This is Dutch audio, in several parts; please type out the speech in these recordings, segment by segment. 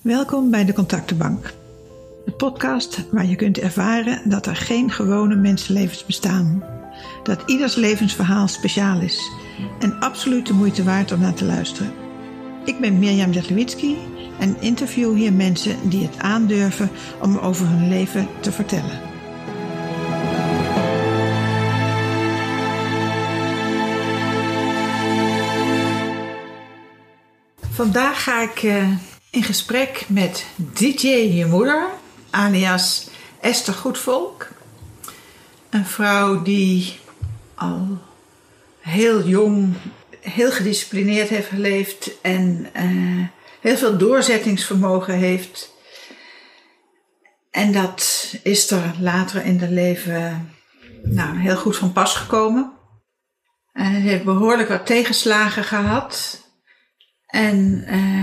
Welkom bij de Contactenbank. De podcast waar je kunt ervaren dat er geen gewone mensenlevens bestaan. Dat ieders levensverhaal speciaal is en absoluut de moeite waard om naar te luisteren. Ik ben Mirjam Jedlewitsky en interview hier mensen die het aandurven om over hun leven te vertellen. Vandaag ga ik in gesprek met DJ Je Moeder, alias Esther Goedvolk. Een vrouw die al heel jong, heel gedisciplineerd heeft geleefd en heel veel doorzettingsvermogen heeft. En dat is er later in haar leven heel goed van pas gekomen. En ze heeft behoorlijk wat tegenslagen gehad. En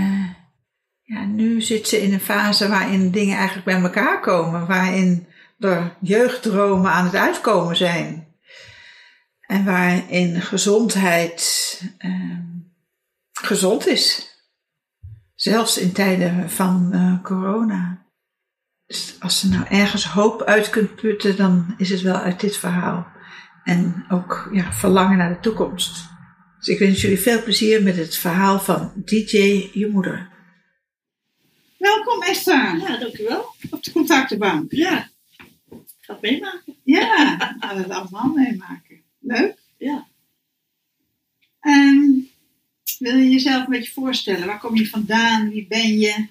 nu zit ze in een fase waarin dingen eigenlijk bij elkaar komen. Waarin er jeugddromen aan het uitkomen zijn. En waarin gezondheid gezond is. Zelfs in tijden van corona. Dus als ze nou ergens hoop uit kunt putten, dan is het wel uit dit verhaal. En ook verlangen naar de toekomst. Dus ik wens jullie veel plezier met het verhaal van DJ Je Moeder. Welkom Esther. Ja, dankjewel. Op de Contactenbank. Ja, ik ga het meemaken. Ja, we gaan het allemaal meemaken. Leuk. Ja. Wil je jezelf een beetje voorstellen? Waar kom je vandaan? Wie ben je?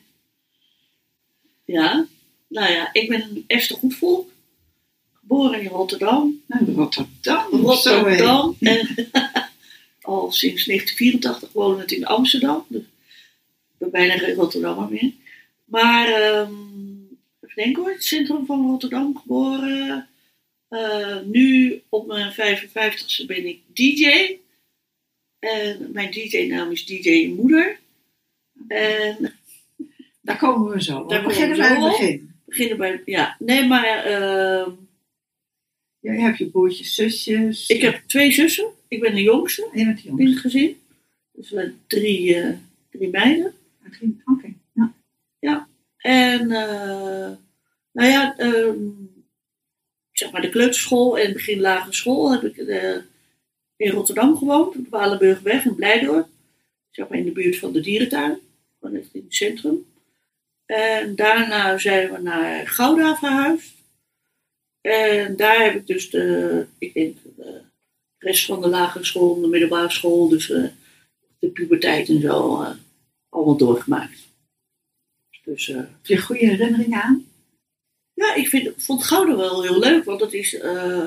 Ja, ik ben Esther Goedvolk. Geboren in Rotterdam. Rotterdam. En al sinds 1984 wonend in Amsterdam. Dus ik ben bijna geen Rotterdammer meer. Maar, even denken hoor, het centrum van Rotterdam geboren. Nu op mijn 55ste ben ik DJ. En mijn DJ-naam is DJ Je Moeder. En daar komen we zo. Daar beginnen bij het begin. Je hebt je broertjes, zusjes. Ik heb 2 zussen. Ik ben de jongste. En je bent de in jongste. het gezin. Dus we hebben 3 meiden. Oké. Ja. Ja. En zeg maar de kleuterschool en begin lagere school heb ik in Rotterdam gewoond. Op de Walenburgweg in Blijdorp. Zeg maar in de buurt van de dierentuin. Gewoon echt in het centrum. En daarna zijn we naar Gouda verhuisd. En daar heb ik dus de rest van de lagere school, de middelbare school, dus de puberteit en zo, allemaal doorgemaakt. Dus, heb je goede herinneringen aan? Ja, ik vond Gouda wel heel leuk, want het is,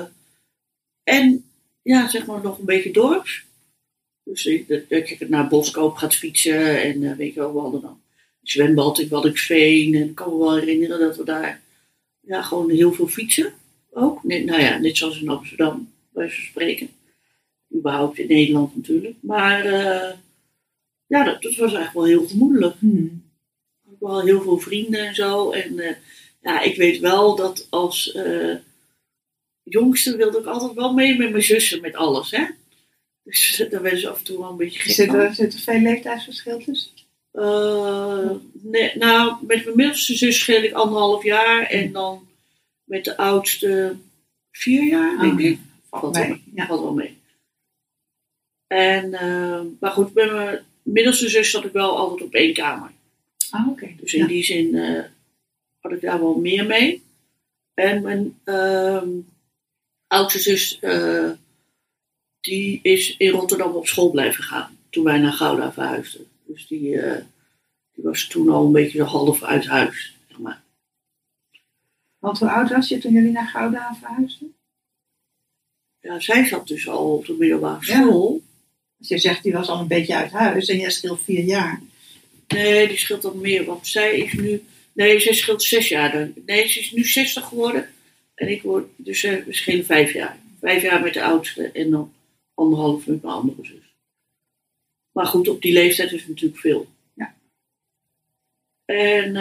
zeg maar nog een beetje dorps. Dus dat je naar Boskoop gaat fietsen en weet je wel, we hadden dan zwembad in Waddinxveen. En ik kan me wel herinneren dat we daar gewoon heel veel fietsen. Ook, net zoals in Amsterdam, bij wijze van spreken. Überhaupt in Nederland natuurlijk. Maar dat was eigenlijk wel heel gemoedelijk. Ik had wel heel veel vrienden en zo. En ik weet wel dat als jongste wilde ik altijd wel mee met mijn zussen, met alles. Hè? Dus daar werden ze af en toe wel een beetje gek van. Zit er veel leeftijdsverschil tussen? Met mijn middelste zus scheel ik 1,5 jaar. En dan met de oudste 4 jaar, denk ik. Valt wel mee. En, maar goed, met mijn middelste zus zat ik wel altijd op 1 kamer. Oké. Dus in die zin had ik daar wel meer mee. En mijn oudste zus, die is in Rotterdam op school blijven gaan. Toen wij naar Gouda verhuisden. Dus die was toen al een beetje half uit huis, zeg maar. Want hoe oud was je toen jullie naar Gouda verhuisden? Ja, zij zat dus al op de middelbare school. Ja. Als je zegt, die was al een beetje uit huis en jij scheelt 4 jaar. Nee, die scheelt dan meer, want zij is nu... Nee, zij scheelt 6 jaar. Nee, ze is nu 60 geworden. En ik word... Dus we schelen 5 jaar. 5 jaar met de oudste en dan 1,5 met mijn andere zus. Maar goed, op die leeftijd is het natuurlijk veel. Ja. En...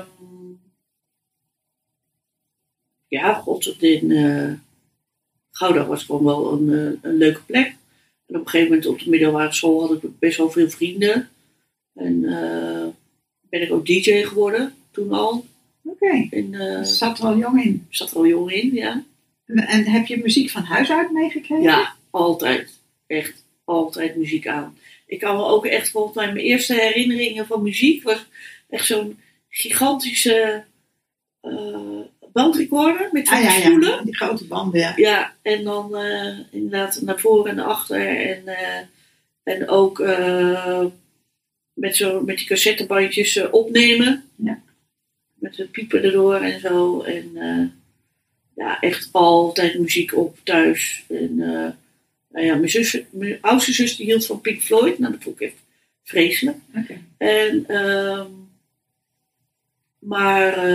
in Gouda was gewoon wel een leuke plek. En op een gegeven moment op de middelbare school had ik best wel veel vrienden. En ben ik ook DJ geworden, toen al. Oké. Zat er al jong in. Zat er al jong in, ja. En heb je muziek van huis uit meegekregen? Ja, altijd. Echt altijd muziek aan. Ik kan me ook echt, volgens mij, mijn eerste herinneringen van muziek was echt zo'n gigantische bandrecorder met van die stoelen. Ja, die grote banden, ja. Ja, en dan inderdaad naar voren en naar achter en ook met die cassettebandjes opnemen. Ja. Met de piepen erdoor en zo. En ja, echt altijd muziek op thuis. En nou ja, mijn oudste zus die hield van Pink Floyd. Nou, dat vond ik echt vreselijk. Okay. En, maar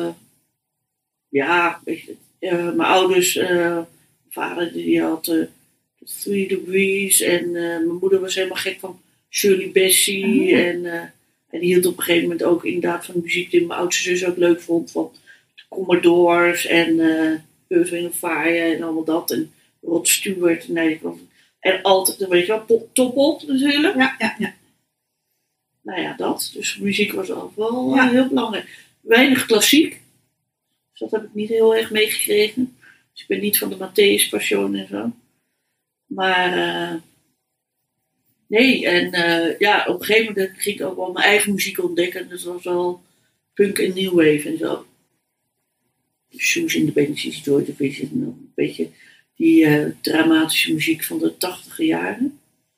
ja, mijn ouders, mijn vader die had 3 Degrees en mijn moeder was helemaal gek van Shirley Bassey. En die hield op een gegeven moment ook inderdaad van muziek die mijn oudste zus ook leuk vond. Van de Commodores en Earth, Wind & Fire en allemaal dat. En Rod Stewart. En altijd, weet je wel, Top Op natuurlijk. Ja. Nou ja, dat. Dus muziek was ook wel heel belangrijk. Weinig klassiek. Dus dat heb ik niet heel erg meegekregen. Dus ik ben niet van de Matthäus Passion en zo. Maar nee, en ja, op een gegeven moment ging ik ook wel mijn eigen muziek ontdekken. Dus dat was wel punk en new wave en zo. Shoes in the Benedict Joy Division. Een beetje die dramatische muziek van de 80e jaren.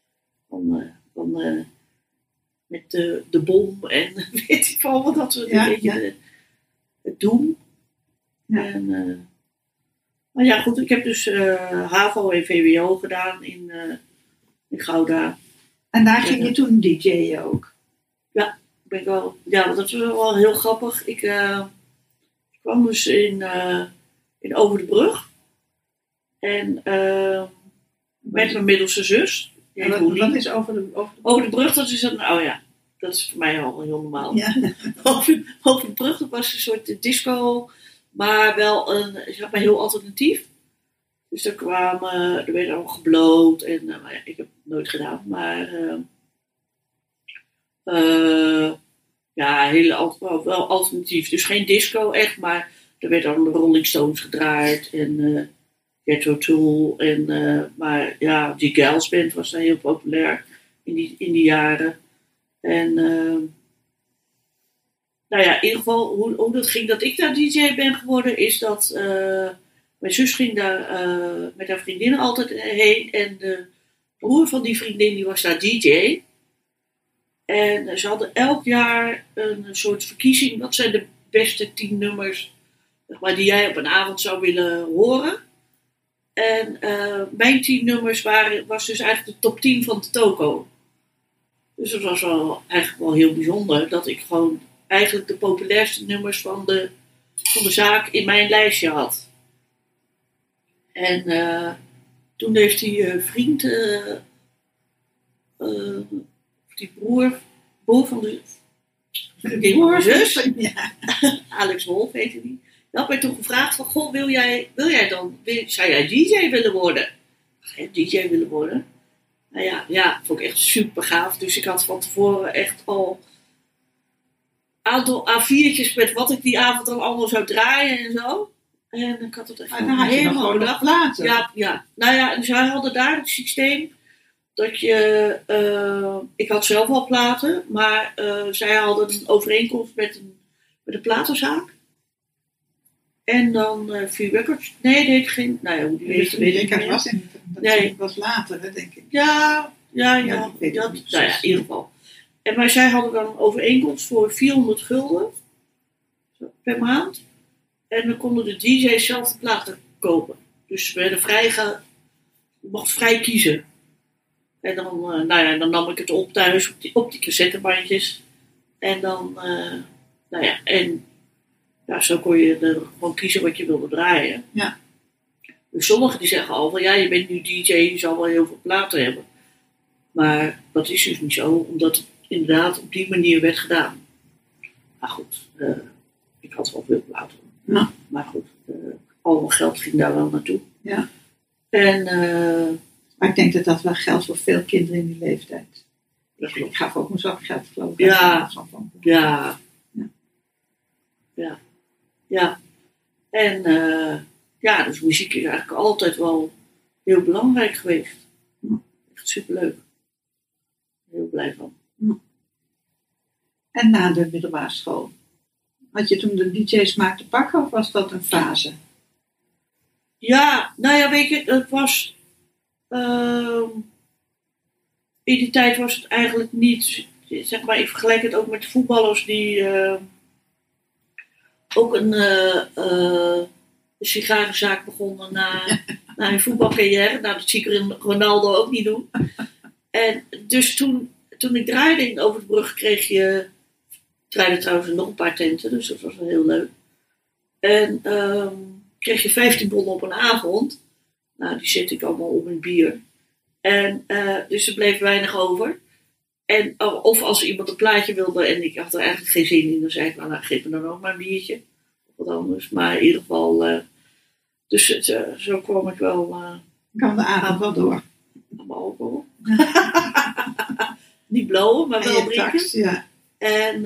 Met de bom en weet ik wel wat dat soort beetje het doen. Ja. En, maar ja, goed, ik heb dus HAVO en VWO gedaan in Gouda. En daar ging je toen DJ'en ook? Ja, want dat was wel heel grappig. Ik kwam dus in Over de Brug. En met mijn middelste zus. Wat is over de Brug? Dat is dat is voor mij al heel normaal. Ja. Over de Brug, dat was een soort disco, maar wel zeg maar heel alternatief. Dus er werd al gebloot en ik heb het nooit gedaan, maar wel alternatief. Dus geen disco echt, maar er werd dan de Rolling Stones gedraaid en Jethro Tull en maar ja, die Girls Band was daar heel populair in die jaren. En nou ja, in ieder geval hoe dat ging dat ik daar DJ ben geworden is dat mijn zus ging daar met haar vriendinnen altijd heen en de broer van die vriendin die was daar DJ. En ze hadden elk jaar een soort verkiezing, wat zijn de beste 10 nummers zeg maar, die jij op een avond zou willen horen. En mijn 10 nummers was dus eigenlijk de top 10 van de toko. Dus dat was eigenlijk wel heel bijzonder. Dat ik gewoon eigenlijk de populairste nummers van de zaak in mijn lijstje had. En toen heeft die vriend, die broer van de zus, Alex Wolf heette die. Die had mij toen gevraagd van, goh, zou jij DJ willen worden? DJ willen worden? Nou ja, vond ik echt super gaaf. Dus ik had van tevoren echt al aantal A4'tjes met wat ik die avond dan allemaal zou draaien en zo. En ik had het echt helemaal bedacht. Platen. Ja. Nou ja, en zij hadden daar het systeem dat ik had zelf al platen, maar zij hadden een overeenkomst met een platenzaak. En dan Free Records. Nee, deed ik geen. Nou ja, hoe die weet ik niet. Dat was later, hè, denk ik. Ja, in ieder geval. Maar zij hadden dan een overeenkomst voor 400 gulden per maand. En dan konden de DJ's zelf de platen kopen. Dus we werden je mocht vrij kiezen. En dan, dan nam ik het op thuis, op die cassettebandjes. En dan, zo kon je er gewoon kiezen wat je wilde draaien. Ja. Dus sommigen die zeggen al van, ja, je bent nu DJ, je zal wel heel veel platen hebben. Maar dat is dus niet zo, omdat het inderdaad op die manier werd gedaan. Maar goed, ik had wel veel platen. Ja. Maar goed, al mijn geld ging daar wel naartoe. Ja. En, maar ik denk dat dat wel geldt voor veel kinderen in die leeftijd. Ik gaf ook mijn zakgeld, geloof ik. Ja. Ja. Ja. Ja. En dus muziek is eigenlijk altijd wel heel belangrijk geweest. Echt superleuk. Heel blij van. En na de middelbare school? Had je toen de DJ-smaak te pakken of was dat een fase? Ja, nou ja, weet je, het was... in die tijd was het eigenlijk niet... Zeg maar, ik vergelijk het ook met de voetballers die... ook een sigarenzaak begonnen na een voetbalcarrière. Nou, dat zie ik Ronaldo ook niet doen. En dus toen ik draaide in Over de Brug draaide trouwens nog een paar tenten, dus dat was wel heel leuk. En kreeg je 15 bonnen op een avond. Nou, die zet ik allemaal op een bier. En dus er bleef weinig over. En of als iemand een plaatje wilde en ik had er eigenlijk geen zin in, dan zei ik, nou geef me dan ook maar een biertje. Of wat anders. Maar in ieder geval, dus zo kwam ik wel... kwam de avond wel door. Aan mijn alcohol. Niet blowen, maar wel drinken. Tax, ja. En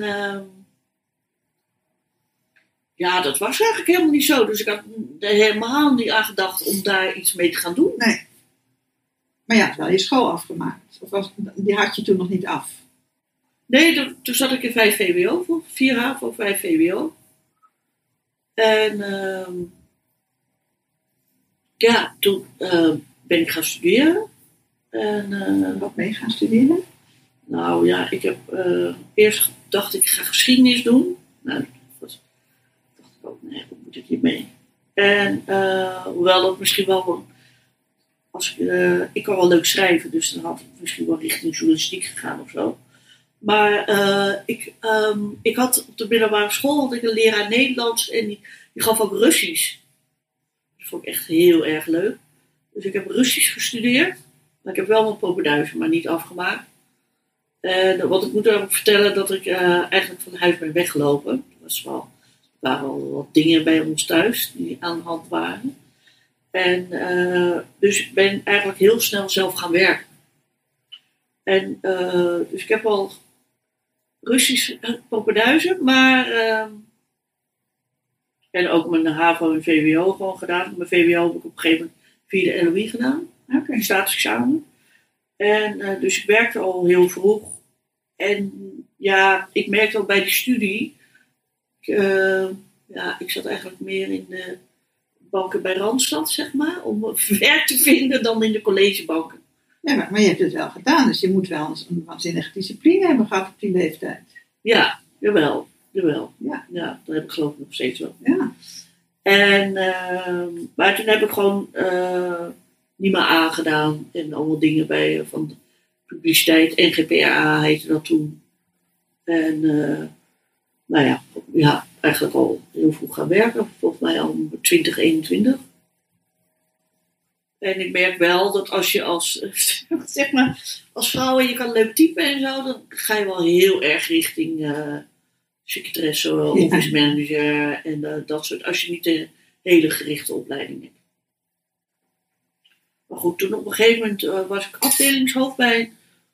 dat was eigenlijk helemaal niet zo. Dus ik had er helemaal niet aan gedacht om daar iets mee te gaan doen. Nee. Maar je had wel je school afgemaakt. Of die had je toen nog niet af? Nee, toen zat ik in 5 VWO. 4 HAVO, 5 VWO. En toen ben ik gaan studeren. En, wat ben je gaan studeren? Nou ja, ik heb eerst dacht ik ga geschiedenis doen. Nou, dacht ik ook, nee, hoe moet ik hiermee? En hoewel dat misschien wel... ik kan wel leuk schrijven, dus dan had ik misschien wel richting journalistiek gegaan of zo. Maar ik had op de middelbare school een leraar Nederlands en die gaf ook Russisch. Dat vond ik echt heel erg leuk. Dus ik heb Russisch gestudeerd. Maar ik heb wel mijn propenduizen, maar niet afgemaakt. Want ik moet ook vertellen dat ik eigenlijk van huis ben weggelopen. Er waren wel wat dingen bij ons thuis die aan de hand waren. En dus ik ben eigenlijk heel snel zelf gaan werken. En dus ik heb al Russisch propenduizen, maar en ook mijn HAVO en VWO gewoon gedaan. Mijn VWO heb ik op een gegeven moment 4e LOE gedaan. Okay. Staatsexamen. En dus ik werkte al heel vroeg. En ja, ik merkte al bij die studie. Ik zat eigenlijk meer in de banken bij Randstad, zeg maar. Om werk te vinden dan in de collegebanken. Ja, maar je hebt het wel gedaan. Dus je moet wel een waanzinnige discipline hebben gehad op die leeftijd. Ja, jawel. Ja, dat heb ik geloof ik nog steeds wel. Ja. En, maar toen heb ik gewoon niet meer aangedaan. En allemaal dingen bij van de publiciteit. NGPA heette dat toen. En eigenlijk al heel vroeg gaan werken. Volgens mij al 2021. En ik merk wel dat als je zeg maar, als vrouw en je kan leuk typen en zo, dan ga je wel heel erg richting secretaresse, office manager en dat soort, als je niet een hele gerichte opleiding hebt. Maar goed, toen op een gegeven moment was ik afdelingshoofd bij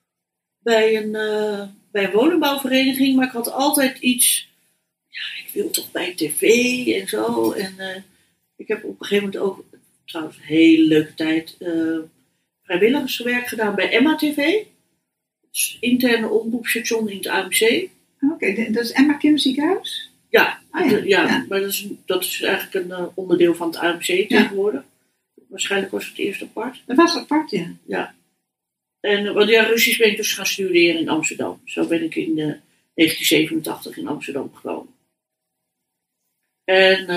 een woningbouwvereniging, maar ik had altijd iets, ik wil toch bij tv en zo. En ik heb op een gegeven moment ook, trouwens een hele leuke tijd, vrijwilligerswerk gedaan bij Emma TV. Dus interne omroepstation in het AMC. Oké, dat is Emma Kim ziekenhuis? Ja, maar dat is eigenlijk een onderdeel van het AMC tegenwoordig. Waarschijnlijk was het eerst apart. Dat was apart, ja. Ja. En Russisch ben ik dus gaan studeren in Amsterdam. Zo ben ik in 1987 in Amsterdam gekomen. En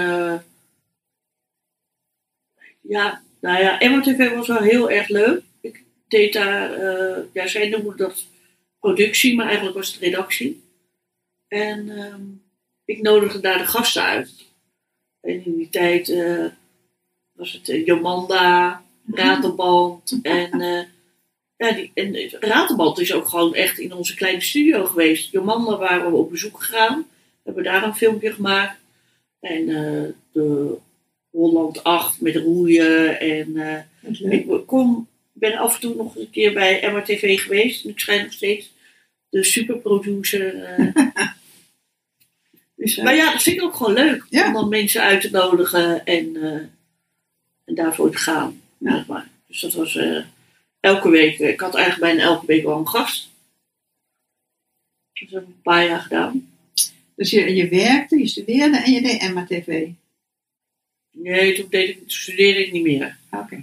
Emma TV was wel heel erg leuk. Ik deed daar, zij noemden dat productie, maar eigenlijk was het redactie. En ik nodigde daar de gasten uit. En in die tijd was het Jomanda, Ratelband. En Ratelband is ook gewoon echt in onze kleine studio geweest. Jomanda waren we op bezoek gegaan. Hebben daar een filmpje gemaakt. En de Holland 8 met roeien. En ik ben af en toe nog een keer bij Emma TV geweest. En ik schrijf nog steeds de superproducer. Dus, maar ja, dat vind ik ook gewoon leuk. Ja. Om dan mensen uit te nodigen en daarvoor te gaan. Ja. Zeg maar. Dus dat was elke week. Ik had eigenlijk bijna elke week wel een gast. Dat heb ik een paar jaar gedaan. Dus je werkte, je studeerde en je deed Emma TV. Nee, toen studeerde ik niet meer. Oké.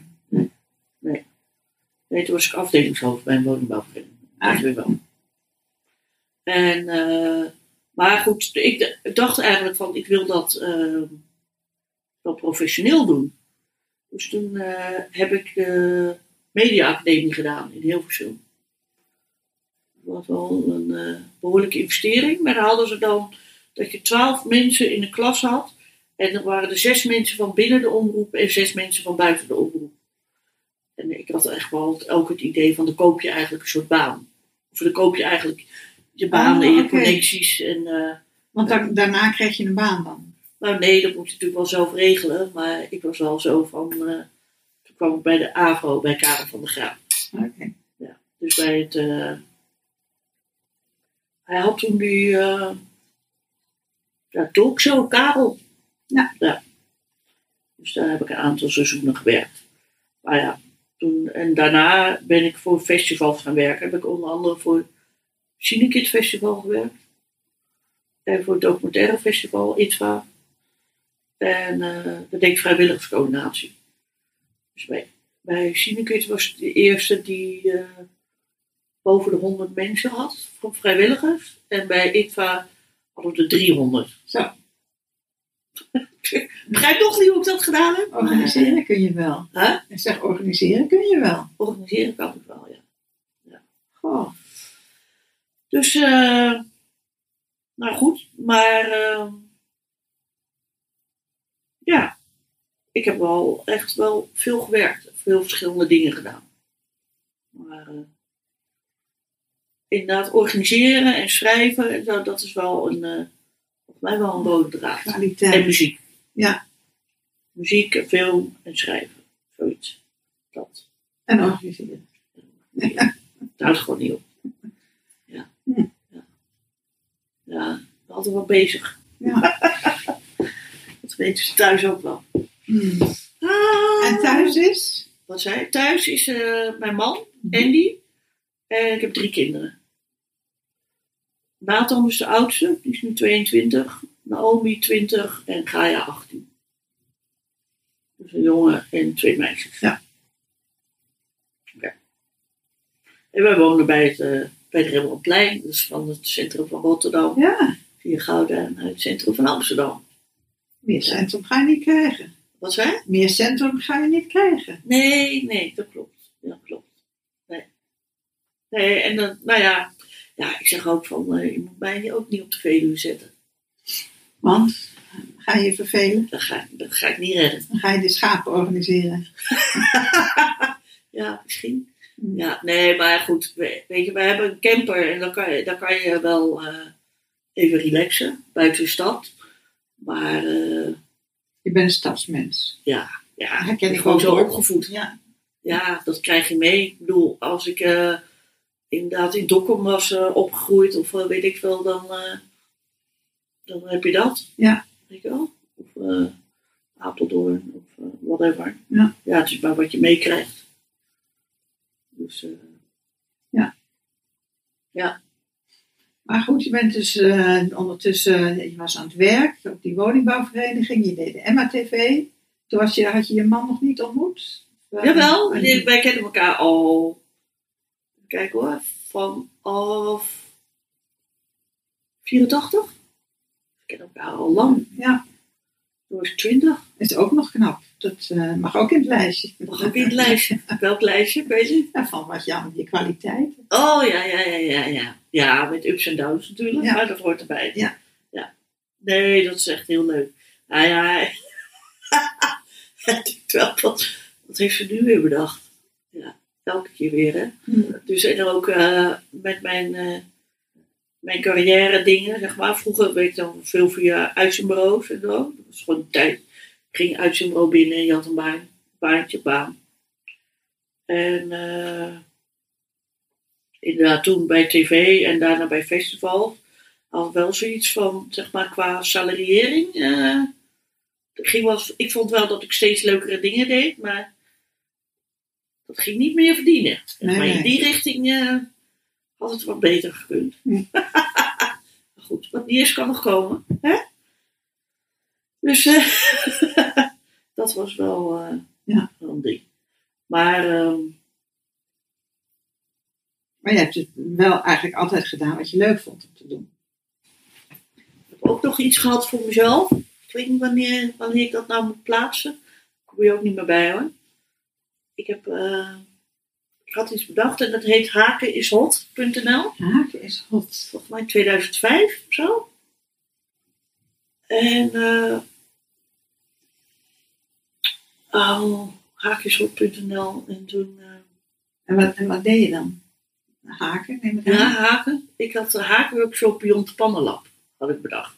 Nee, toen was ik afdelingshoofd bij een woningbouwvereniging. Dat weer wel. En, maar goed, ik dacht eigenlijk van, ik wil dat wel professioneel doen. Dus toen heb ik de Media Academie gedaan in Hilversum. Dat was wel een behoorlijke investering. Maar dan hadden ze dan dat je 12 mensen in de klas had. En dan waren er 6 mensen van binnen de omroep en 6 mensen van buiten de omroep. En ik had echt wel ook het idee van, dan koop je eigenlijk een soort baan. Of dan koop je eigenlijk je baan en je connecties. En, Want daarna kreeg je een baan dan? nou nee, dat moet je natuurlijk wel zelf regelen. Maar ik was wel zo van, toen kwam ik bij de AVRO, bij Karel van der Graaf. Oké. Ja, dus bij het... hij had toen die talkshow, Karel. Ja. Dus daar heb ik een aantal seizoenen gewerkt. Maar ja, toen, en daarna ben ik voor festivals gaan werken. Heb ik onder andere voor Cinekid Festival gewerkt. En voor het Documentaire Festival, ITVA. En dat deed ik vrijwilligerscoördinatie. Dus bij Cinekid was het de eerste die boven de 100 mensen had, van vrijwilligers. En bij ITVA hadden we er 300. Zo. Ik begrijp nog niet hoe ik dat gedaan heb. Organiseren kun je wel. Huh? Ik zeg, organiseren kun je wel. Organiseren kan ik wel, ja. Goh. Dus, nou goed, maar ja, ik heb wel echt wel veel gewerkt, veel verschillende dingen gedaan. Maar inderdaad, organiseren en schrijven, en zo, dat is wel volgens mij wel een rode draad. Kwaliteit. En muziek. Ja. Muziek, film en schrijven. Zoiets. Dat. En organiseren. Het houdt gewoon niet op. Ja. Ja, we hadden wel bezig. Ja. Dat weten ze thuis ook wel. En thuis is? Wat zei je? Thuis is mijn man, Andy. En ik heb 3 kinderen. Nathan is de oudste, die is nu 22. Naomi 20 en Gaia 18. Dus een jongen en 2 meisjes. Ja. Okay. En wij wonen bij het Rembrandtplein, dus van het centrum van Rotterdam. Ja. Via Gouda naar het centrum van Amsterdam. Meer centrum ga je niet krijgen. Wat zei je? Meer centrum ga je niet krijgen. Nee, dat klopt. Ja, klopt. Nee, en dan, nou ja, ik zeg ook van, je moet mij ook niet op de Veluwe zetten. Want, ga je je vervelen? Dat ga ik niet redden. Dan ga je de schapen organiseren. Ja, misschien. Ja, nee, maar goed, weet je, wij hebben een camper en dan kan je wel even relaxen buiten de stad. Maar Je bent een stadsmens. ja, Herken ik ben ik gewoon ook zo hoor. opgevoed. Ja. Ja, dat krijg je mee. Ik bedoel, als ik inderdaad in Dokkum was opgegroeid of weet ik veel, dan heb je dat. Ja. Weet je wel? Of Apeldoorn of whatever. Ja. Ja, het is maar wat je meekrijgt. Dus Ja. Ja. Maar goed, je bent dus ondertussen, je was aan het werk op die woningbouwvereniging. Je deed de Emma TV. Toen had je je man nog niet ontmoet? Jawel, wij kennen elkaar al, kijk hoor, vanaf 84. We kennen elkaar al lang. Ja. Toen was ik 20. Is ook nog knap. Dat mag ook in het lijstje. Mag ook in het lijstje. Welk lijstje, weet je? Ja, van wat je kwaliteiten. Oh, ja. Ja, met ups en downs natuurlijk, Ja. maar dat hoort erbij. Ja. Nee, dat is echt heel leuk. Nou ja, ik denk wel, wat heeft ze nu weer bedacht? Ja, elke keer weer, hè. Dus en ook met mijn carrière dingen, zeg maar. Vroeger weet ik dan veel via uitzendbureaus en zo. Dat was gewoon de tijd. Ik ging uitzendbureau binnen en je had een baan. En inderdaad toen bij tv en daarna bij festival had wel zoiets van, zeg maar, qua salariering. Ik vond wel dat ik steeds leukere dingen deed, maar dat ging niet meer verdienen. Maar in die richting had het wat beter gekund. Maar goed, wat niet is kan nog komen. Hè? Dus dat was wel, wel een ding. Maar je hebt het wel eigenlijk altijd gedaan wat je leuk vond om te doen. Ik heb ook nog iets gehad voor mezelf. Ik weet niet wanneer ik dat nou moet plaatsen. Daar kom je ook niet meer bij hoor. Ik had iets bedacht en dat heet hakenishot.nl. Haken is hot. Volgens mij 2005 of zo. En hakenishot.nl en toen... En wat deed je dan? Haken, neem ik aan? Ja, haken. Ik had een hakenworkshop Beyond the Pannenlab, had ik bedacht.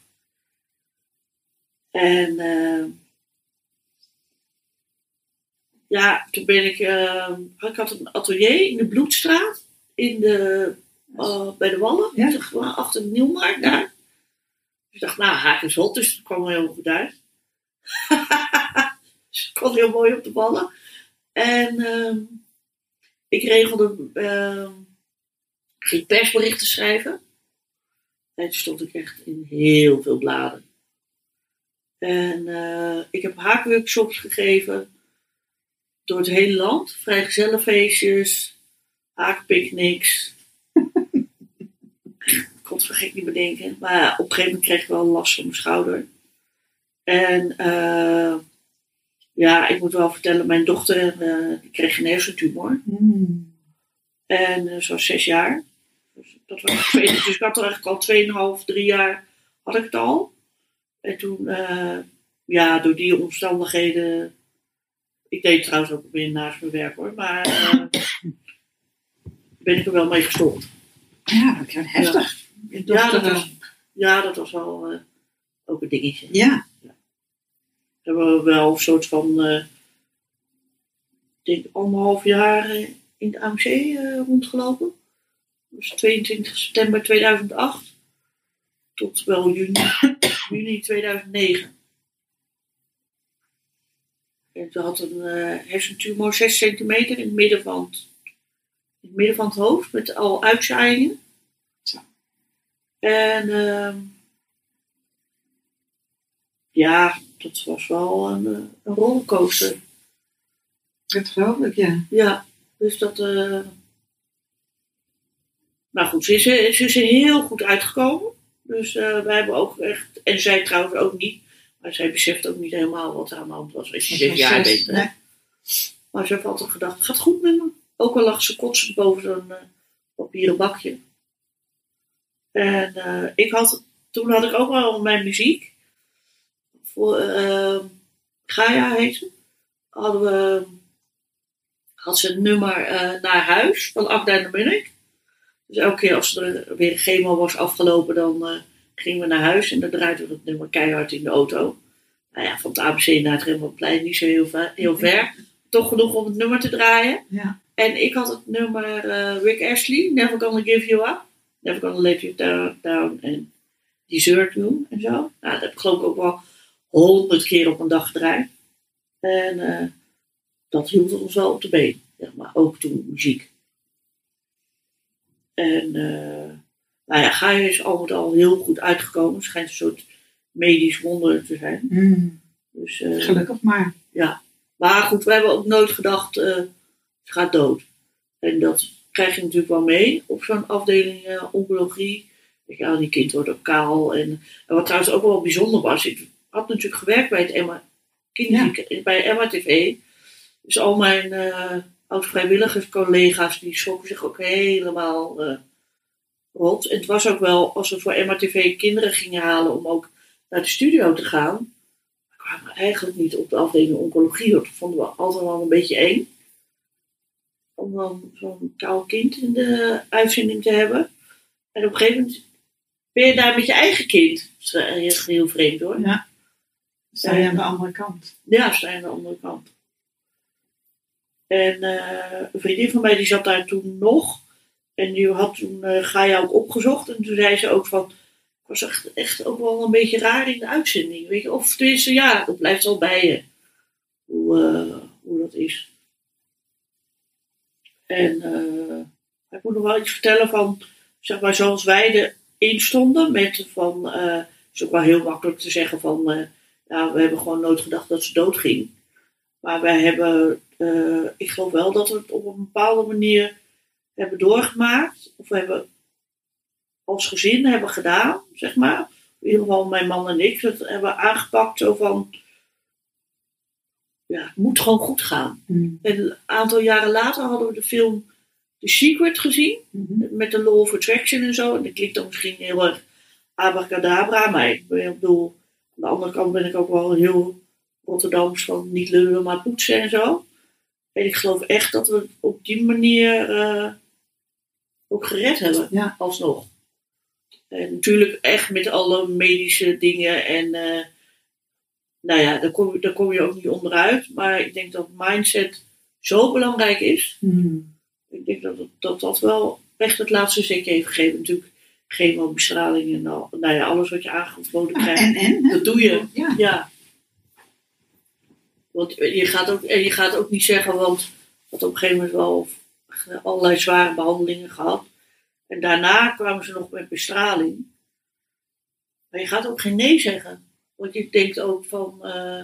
En toen ben ik had een atelier in de Bloedstraat, bij de Wallen, gewoon achter de Nieuwmarkt daar. Dus ik dacht, nou, haken is hot, dus dat kwam er heel goed uit. Dus ik kon heel mooi op de ballen. En ik regelde... ging persberichten schrijven. En toen stond ik echt in heel veel bladen. En ik heb haakworkshops gegeven door het hele land. Vrijgezellenfeestjes, haakpicknicks. Ik kon het vergeten niet bedenken. Maar op een gegeven moment kreeg ik wel last van mijn schouder. En ik moet wel vertellen, mijn dochter die kreeg een hersentumor. En zo 6 jaar. Dus ik had er eigenlijk al 2,5, 3 jaar had ik het al. En toen, door die omstandigheden... Ik deed trouwens ook weer naast mijn werk hoor. Maar ben ik er wel mee gestopt. Ja, dat is heftig. Dat was wel ook een dingetje. Ja. We hebben wel een soort van... ik denk 1,5 jaar in de AMC rondgelopen. Dus 22 september 2008 tot wel juni 2009. En toen had een hersentumor 6 centimeter in het midden van het hoofd met al uitzaaiingen. Zo. En dat was wel een rollercoaster. Dat geloof ik, ja. Ja, dus dat... Maar goed, ze is er heel goed uitgekomen. Dus wij hebben ook echt... En zij trouwens ook niet. Maar zij beseft ook niet helemaal wat er aan de hand was. Als je 6 jaar bent. Nee. Maar ze heeft altijd gedacht, het gaat goed met me. Ook al lag ze kotsend boven zo'n papieren bakje. En toen had ik ook wel mijn muziek. Voor Gaia heet ze. Had ze een nummer Naar Huis van Agda en de Munnik. Dus elke keer als er weer een chemo was afgelopen, dan gingen we naar huis en dan draaiden we dat nummer keihard in de auto. Nou ja, van het ABC naar het Rembrandtplein niet zo heel ver. Toch genoeg om het nummer te draaien. Ja. En ik had het nummer Rick Astley, Never Gonna Give You Up. Never Gonna Let You Down en Desert You en zo. Nou, dat heb ik geloof ik ook wel 100 keer op een dag gedraaid. En dat hield ons wel op de been, zeg maar. Ook toen muziek. En Gaia is al met al heel goed uitgekomen. Het schijnt een soort medisch wonder te zijn. Dus, gelukkig maar. Ja. Maar goed, we hebben ook nooit gedacht, ze gaat dood. En dat krijg je natuurlijk wel mee op zo'n afdeling oncologie. Die kind wordt ook kaal. En wat trouwens ook wel bijzonder was, ik had natuurlijk gewerkt bij het bij MATV. Dus al mijn oud-vrijwilligerscollega's, die schrokken zich ook helemaal rot. En het was ook wel, als we voor MATV kinderen gingen halen om ook naar de studio te gaan, kwamen we eigenlijk niet op de afdeling oncologie. Dat vonden we altijd wel een beetje eng. Om dan zo'n kaal kind in de uitzending te hebben. En op een gegeven moment ben je daar met je eigen kind. Dat is heel vreemd hoor. Ja. Sta je aan de andere kant. Ja, sta je aan de andere kant. En een vriendin van mij die zat daar toen nog. En die had toen Gaia ook opgezocht. En toen zei ze ook van... Ik was echt ook wel een beetje raar in de uitzending. Weet je? Of tenminste, ja, dat blijft al bij je. Hoe dat is. En ik moet nog wel iets vertellen van... Zeg maar, zoals wij erin stonden. Met van... Het is ook wel heel makkelijk te zeggen van... we hebben gewoon nooit gedacht dat ze doodging. Maar wij hebben... ik geloof wel dat we het op een bepaalde manier... hebben doorgemaakt. Of we hebben... als gezin hebben gedaan, zeg maar. In ieder geval mijn man en ik. Dat hebben we aangepakt zo van... Ja, het moet gewoon goed gaan. En een aantal jaren later hadden we de film The Secret gezien. Met de Law of Attraction en zo. En dat klinkt dan misschien heel erg abracadabra. Maar ik bedoel... Aan de andere kant ben ik ook wel heel Rotterdams van niet lullen maar poetsen en zo. En ik geloof echt dat we het op die manier ook gered hebben. Ja. Alsnog. En natuurlijk echt met alle medische dingen en daar kom je ook niet onderuit. Maar ik denk dat mindset zo belangrijk is. Ik denk dat wel echt het laatste zetje heeft gegeven. Natuurlijk chemobestraling en alles wat je aangeboden krijgt. Dat doe je. Ja. Want je gaat ook niet zeggen, want had op een gegeven moment wel allerlei zware behandelingen gehad. En daarna kwamen ze nog met bestraling. Maar je gaat ook geen nee zeggen. Want je denkt ook van...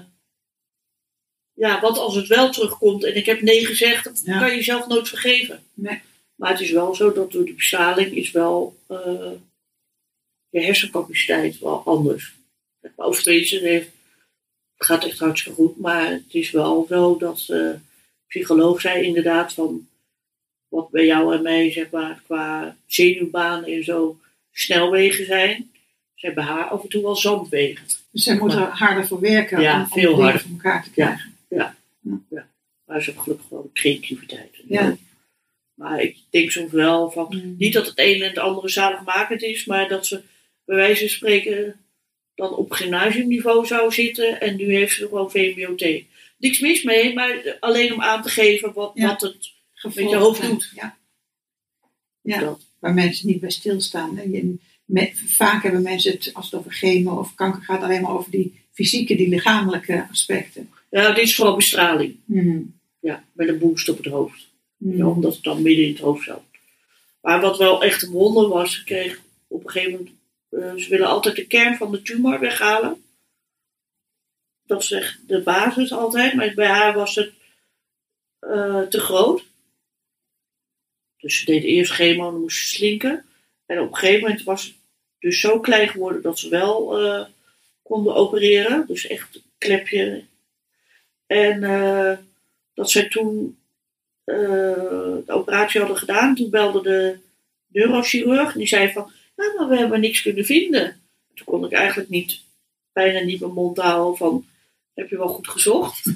wat als het wel terugkomt en ik heb nee gezegd, dan kan je jezelf nooit vergeven. Nee. Maar het is wel zo dat door de bestraling is wel je hersencapaciteit wel anders. Overtredingen het gaat echt hartstikke goed, maar het is wel zo dat de psycholoog zei inderdaad van wat bij jou en mij zeg maar qua zenuwbanen en zo snelwegen zijn. Ze hebben haar af en toe wel zandwegen. Dus zij moeten harder voor werken om veel dingen voor elkaar te krijgen. Ja. Maar ze hebben gelukkig wel creativiteit. Ja. Maar ik denk soms wel van, niet dat het een en het andere zaligmakend is, maar dat ze bij wijze van spreken dan op gymnasiumniveau zou zitten en nu heeft ze gewoon VMBOT. Niks mis mee, maar alleen om aan te geven wat het met je hoofd doet. Ja. Waar mensen niet bij stilstaan. Vaak hebben mensen het, als het over chemo of kanker gaat, alleen maar over die fysieke, die lichamelijke aspecten. Ja, dit is vooral bestraling. Ja, met een boost op het hoofd. Ja, omdat het dan midden in het hoofd zat. Maar wat wel echt een wonder was, ze kreeg op een gegeven moment, ze willen altijd de kern van de tumor weghalen. Dat is echt de basis altijd, maar bij haar was het te groot. Dus ze deed eerst chemo en dan moest ze slinken. En op een gegeven moment was het dus zo klein geworden dat ze wel konden opereren. Dus echt een klepje. En dat zij toen de operatie hadden gedaan. Toen belde de neurochirurg. En die zei van, maar we hebben niks kunnen vinden. Toen kon ik eigenlijk bijna niet mijn mond houden van, heb je wel goed gezocht?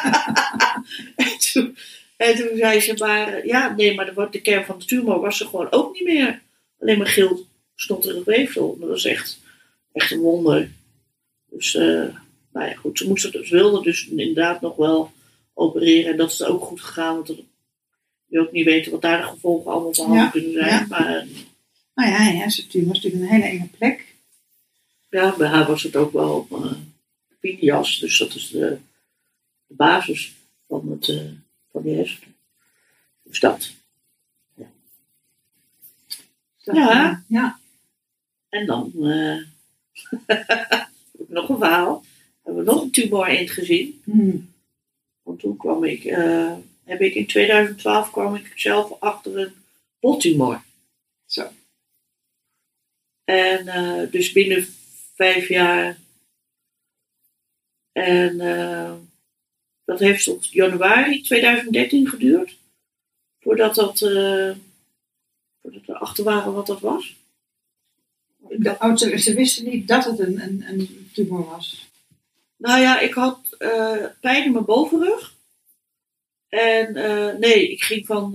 en toen zei ze maar, maar de kern van de tumor was er gewoon ook niet meer. Alleen maar geel snotterig weefsel. Dat was echt een wonder. Dus, goed, ze wilden dus inderdaad nog wel opereren. En dat is ook goed gegaan, want je ook niet weten wat daar de gevolgen allemaal van kunnen zijn. Ja. Maar, hersentumor is natuurlijk een hele enge plek. Ja, bij haar was het ook wel pinias. Dus dat is de basis van die hersenen. Dus dat. Ja. En dan heb ik nog een verhaal. Hebben we nog een tumor in het gezin. Want toen kwam ik, in 2012 kwam ik zelf achter een bottumor. Zo. En dus binnen 5 jaar. En dat heeft tot januari 2013 geduurd. Voordat we achter waren wat dat was. Ze wisten niet dat het een tumor was. Nou ja, ik had pijn in mijn bovenrug. En ik ging van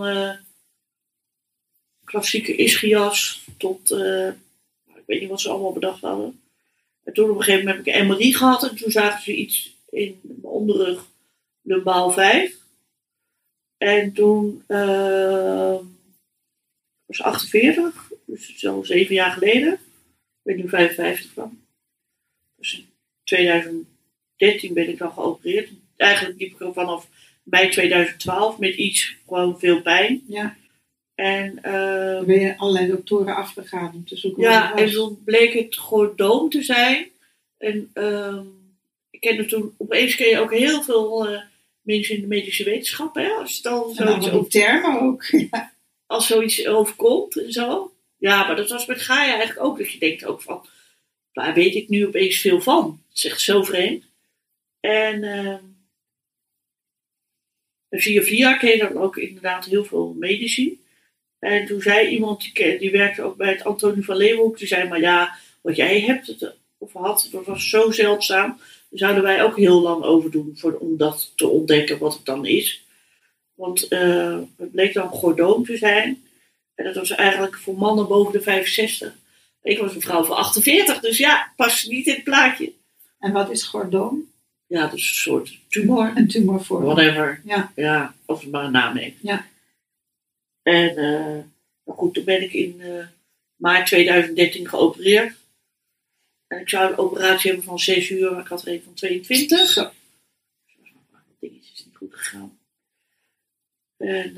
klassieke ischias tot, ik weet niet wat ze allemaal bedacht hadden. En toen op een gegeven moment heb ik een MRI gehad en toen zagen ze iets in mijn onderrug, lumbaal 5. En toen was was 48, dus het is al 7 jaar geleden. Ik ben nu 55 van. Dus in 2013 ben ik dan geopereerd. Eigenlijk liep ik al vanaf mei 2012 met iets, gewoon veel pijn. Ja. En Dan ben je allerlei doktoren afgegaan om te zoeken ja, wat het en was. toen bleek het chordoom te zijn. En ik kende toen, opeens ken je ook heel veel mensen in de medische wetenschap. Hè, als het al En zoiets dan die termen ook. Ja. als zoiets overkomt en zo. Ja, maar dat was met Gaia eigenlijk ook. Dat je denkt ook van, waar weet ik nu opeens veel van? Het is echt zo vreemd. En via ken je dan ook inderdaad heel veel medici. En toen zei iemand, die werkte ook bij het Antonie van Leeuwenhoek. Die zei, maar ja, wat jij hebt of had, dat was zo zeldzaam. Daar zouden wij ook heel lang over doen om dat te ontdekken wat het dan is. Want het bleek dan chordoom te zijn. En dat was eigenlijk voor mannen boven de 65. Ik was een vrouw van 48, dus ja, past niet in het plaatje. En wat is chordoom? Ja, dus een soort tumor. Een tumorvorm. Whatever. Ja. Als het maar een naam heeft. Ja. En nou goed, toen ben ik in maart 2013 geopereerd. En ik zou een operatie hebben van 6 uur, maar ik had er een van 22. Zo. Dat dingetje is niet goed gegaan. En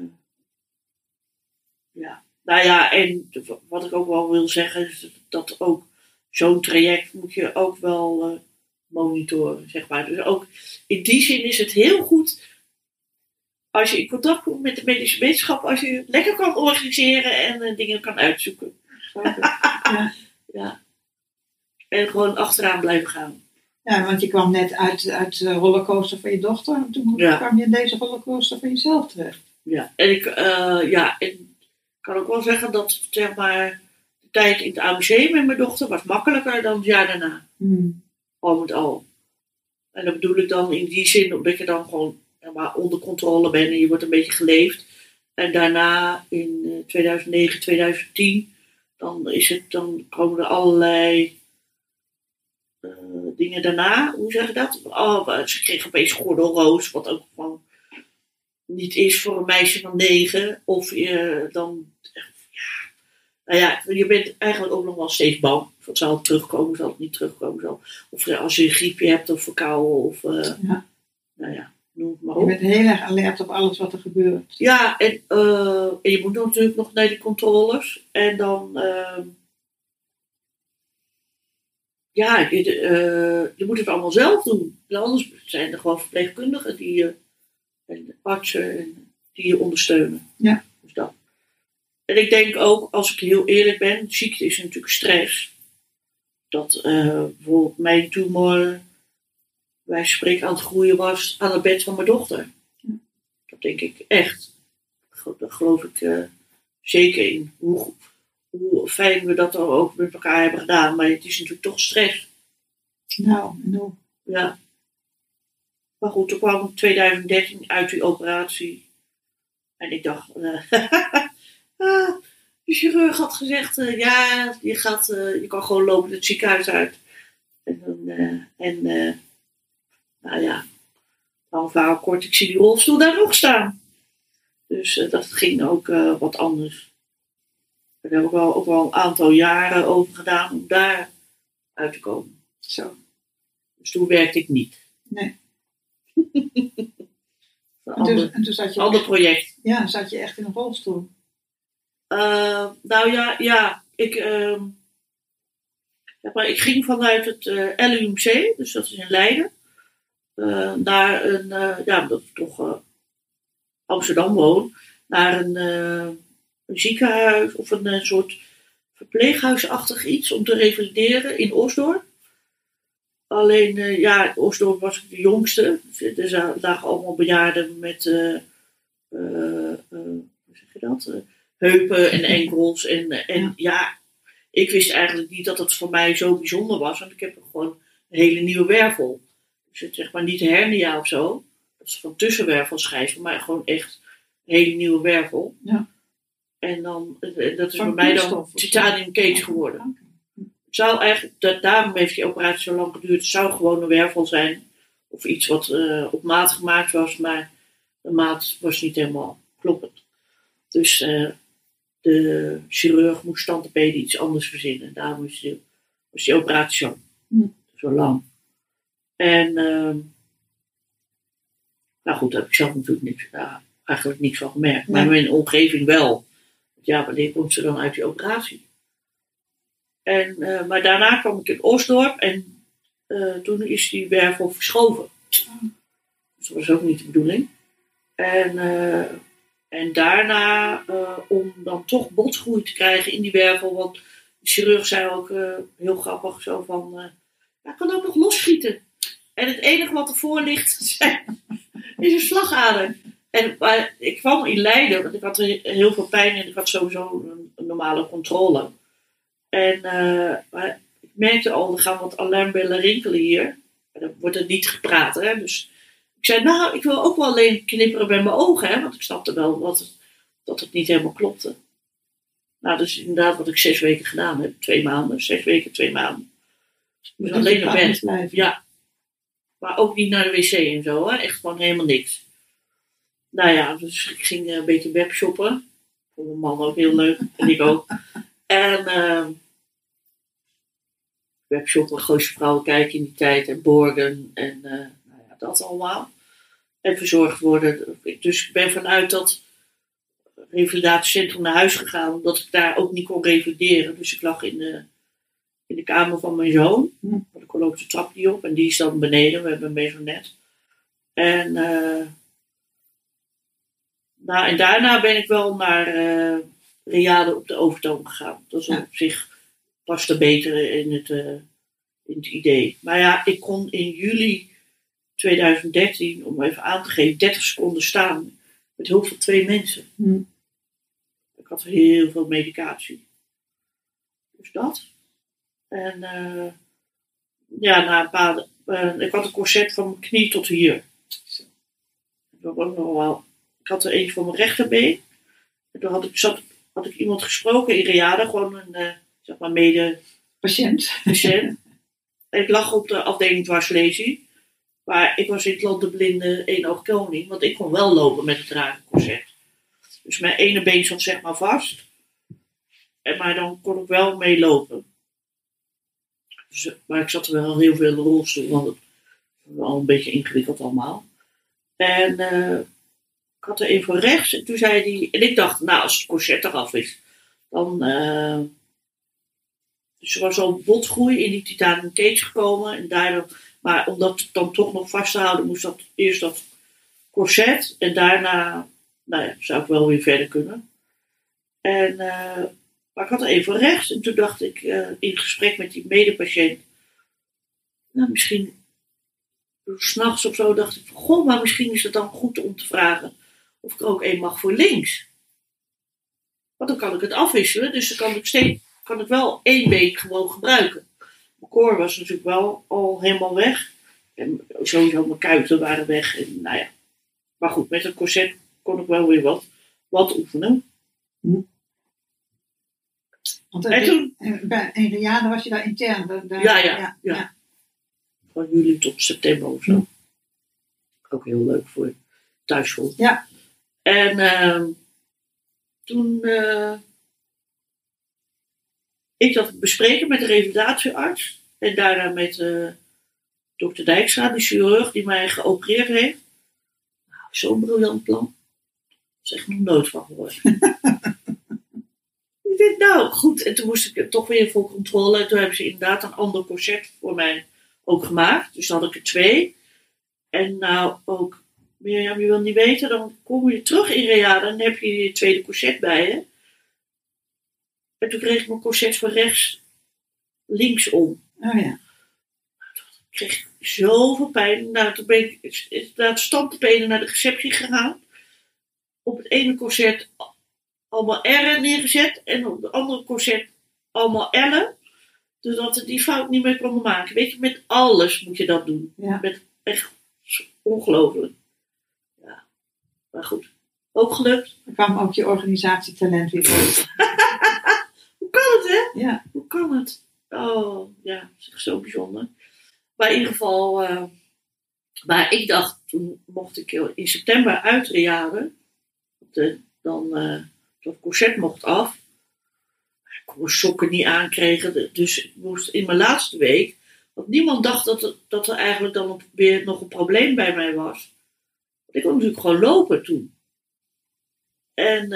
ja, nou ja, en wat ik ook wel wil zeggen is dat ook zo'n traject moet je ook wel monitoren, zeg maar. Dus ook in die zin is het heel goed als je in contact komt met de medische wetenschap, als je lekker kan organiseren en dingen kan uitzoeken. Ja. Ja. En gewoon achteraan blijven gaan. Ja, want je kwam net uit de rollercoaster van je dochter. En toen kwam je in deze rollercoaster van jezelf terecht. Ja, en ik kan ook wel zeggen dat zeg maar, de tijd in het AMC met mijn dochter was makkelijker dan het jaar daarna. Al met al. En dat bedoel ik dan in die zin, omdat je dan gewoon onder controle bent en je wordt een beetje geleefd. En daarna in 2009, 2010, dan komen er allerlei dingen daarna. Hoe zeg je dat? Ze kreeg opeens gordelroos, wat ook gewoon niet is voor een meisje van 9. Of dan, nou ja, je bent eigenlijk ook nog wel steeds bang. Of zal het terugkomen, zal het niet terugkomen. Of als je een griepje hebt of verkouden. Of, nou ja, noem het maar op. Je bent heel erg alert op alles wat er gebeurt. Ja, en je moet natuurlijk nog naar die controles. En dan, je moet het allemaal zelf doen. En anders zijn er gewoon verpleegkundigen en artsen die je ondersteunen. Ja. Dus dat. En ik denk ook, als ik heel eerlijk ben, ziekte is natuurlijk stress. Dat bijvoorbeeld mijn tumor, wij spreken aan het groeien was aan het bed van mijn dochter. Ja. Dat denk ik echt. Daar geloof ik zeker in. Hoe fijn we dat dan ook met elkaar hebben gedaan. Maar het is natuurlijk toch stress. Nou. Ja. Maar goed, toen kwam ik 2013 uit die operatie. En ik dacht... de chirurg had gezegd... je kan gewoon lopen het ziekenhuis uit. Nou ja... Dan verhaal kort, ik zie die rolstoel daar nog staan. Dus dat ging ook wat anders. Daar heb ik ook wel een aantal jaren over gedaan om daar uit te komen. Zo. Dus toen werkte ik niet. Nee. Een En toen zat je ander project. Ja, zat je echt in een rolstoel. Nou ja, ik ging vanuit het LUMC, dus dat is in Leiden, naar dat ik toch Amsterdam woon, naar een ziekenhuis of een soort verpleeghuisachtig iets om te revalideren in Osdorp. Alleen, in Osdorp was ik de jongste. Dus er lagen allemaal bejaarden met, hoe zeg je dat? Heupen en enkels. En ik wist eigenlijk niet dat het voor mij zo bijzonder was. Want ik heb gewoon een hele nieuwe wervel. Dus het zeg maar niet de hernia of zo. Dat is van tussenwervelschijf. Maar gewoon echt een hele nieuwe wervel. Ja. En dan, dat is Van bij mij dan kunststof, titanium cage geworden. Okay. Het zou eigenlijk, daarom heeft die operatie zo lang geduurd. Het zou gewoon een wervel zijn. Of iets wat op maat gemaakt was. Maar de maat was niet helemaal kloppend. Dus de chirurg moest tandpeden iets anders verzinnen. Daarom was die operatie zo lang. En nou goed, daar heb ik zelf natuurlijk eigenlijk niks van gemerkt. Maar mijn omgeving wel. Ja, wanneer komt ze dan uit die operatie? En, maar daarna kwam ik in Osdorp en toen is die wervel verschoven. Dus dat was ook niet de bedoeling. En daarna, om dan toch botgroei te krijgen in die wervel, want de chirurg zei ook heel grappig zo van, ik kan ook nog losschieten. En het enige wat ervoor ligt is een slagader. Maar ik kwam in Leiden, want ik had heel veel pijn en ik had sowieso een normale controle. En maar ik merkte al, er gaan wat alarmbellen rinkelen hier. En dan wordt er niet gepraat, hè. Dus ik zei, nou, ik wil ook wel alleen knipperen bij mijn ogen, hè. Want ik snapte wel dat het niet helemaal klopte. Nou, dat is inderdaad wat ik 6 weken gedaan heb. 2 maanden, 6 weken, 2 maanden. Dus alleen naar bed. Ja. Maar ook niet naar de wc en zo, hè. Echt gewoon helemaal niks. Nou ja, dus ik ging een beetje webshoppen. Vond mijn man ook heel leuk. En ik ook. En webshoppen, Gooise Vrouwen kijken in die tijd. En Borgen. En nou ja, dat allemaal. En verzorgd worden. Dus ik ben vanuit dat revalidatiecentrum naar huis gegaan. Omdat ik daar ook niet kon revalideren. Dus ik lag in de kamer van mijn zoon. Want ik kon ook de trap niet op. En die is dan beneden. We hebben een maisonette. En en daarna ben ik wel naar Reade op de Overtoom gegaan. Dat is op zich paste beter in het idee. Maar ja, ik kon in juli 2013, om even aan te geven, 30 seconden staan met hulp van 2 mensen. Ik had heel veel medicatie. Dus dat. En na een paar... ik had een corset van mijn knie tot hier. Dat was ook nog wel... Ik had er eentje voor mijn rechterbeen. En toen had ik iemand gesproken in Reade, gewoon een zeg maar mede-patiënt. En ik lag op de afdeling dwarslesie. Maar ik was in het land de blinde één-oog koning, want ik kon wel lopen met het rare corset. Dus mijn ene been zat zeg maar vast. Maar dan kon ik wel meelopen. Dus, maar ik zat er wel heel veel in de rolstoel, want het was al een beetje ingewikkeld allemaal. En ik had er een voor rechts en toen zei hij... En ik dacht, nou, als het corset eraf is, dan... dus er was zo'n botgroei in die titanium cage gekomen. En daardoor, maar om dat dan toch nog vast te houden, moest dat eerst dat corset. En daarna, nou ja, zou ik wel weer verder kunnen. En, maar ik had er een voor rechts. En toen dacht ik, in gesprek met die medepatiënt... Nou, misschien... 's nachts of zo dacht ik, goh, maar misschien is het dan goed om te vragen... of ik er ook één mag voor links. Want dan kan ik het afwisselen. Dus dan kan ik wel 1 week gewoon gebruiken. Mijn koor was natuurlijk wel al helemaal weg. En sowieso mijn kuiten waren weg. En, nou ja. Maar goed, met het corset kon ik wel weer wat oefenen. Want in Reade was je daar intern? Ja. Van juli tot september of zo. Ook heel leuk voor thuisschool. Ja. En toen ik dat bespreken met de revalidatiearts. En daarna met dokter Dijkstra, de chirurg die mij geopereerd heeft. Nou, zo'n briljant plan. Daar is echt nog nooit van gehoord. Ik dacht, nou goed. En toen moest ik toch weer voor controle. En toen hebben ze inderdaad een ander corset voor mij ook gemaakt. Dus dan had ik er 2. En nou ook, Mirjam, je wil niet weten, dan kom je terug in Reade en dan heb je je tweede corset bij je. En toen kreeg ik mijn corset van rechts linksom. Oh ja. Ik kreeg zoveel pijn. Nou, toen ben ik inderdaad standbenen naar de receptie gegaan. Op het ene corset allemaal R'en neergezet en op het andere corset allemaal L'en. Zodat ze die fout niet meer konden maken. Weet je, met alles moet je dat doen. Ja. Met echt ongelooflijk. Ja, maar goed. Ook gelukt. Dan kwam ook je organisatietalent weer boven. Hoe kan het, hè? Ja. Hoe kan het? Oh, ja, dat is echt zo bijzonder. Maar in ieder geval... maar ik dacht, toen mocht ik in september uit Reade. Toen dat corset mocht af. Ik kon mijn sokken niet aankregen. Dus ik moest in mijn laatste week... Want niemand dacht dat er eigenlijk dan weer nog een probleem bij mij was. Want ik kon natuurlijk gewoon lopen toen. En...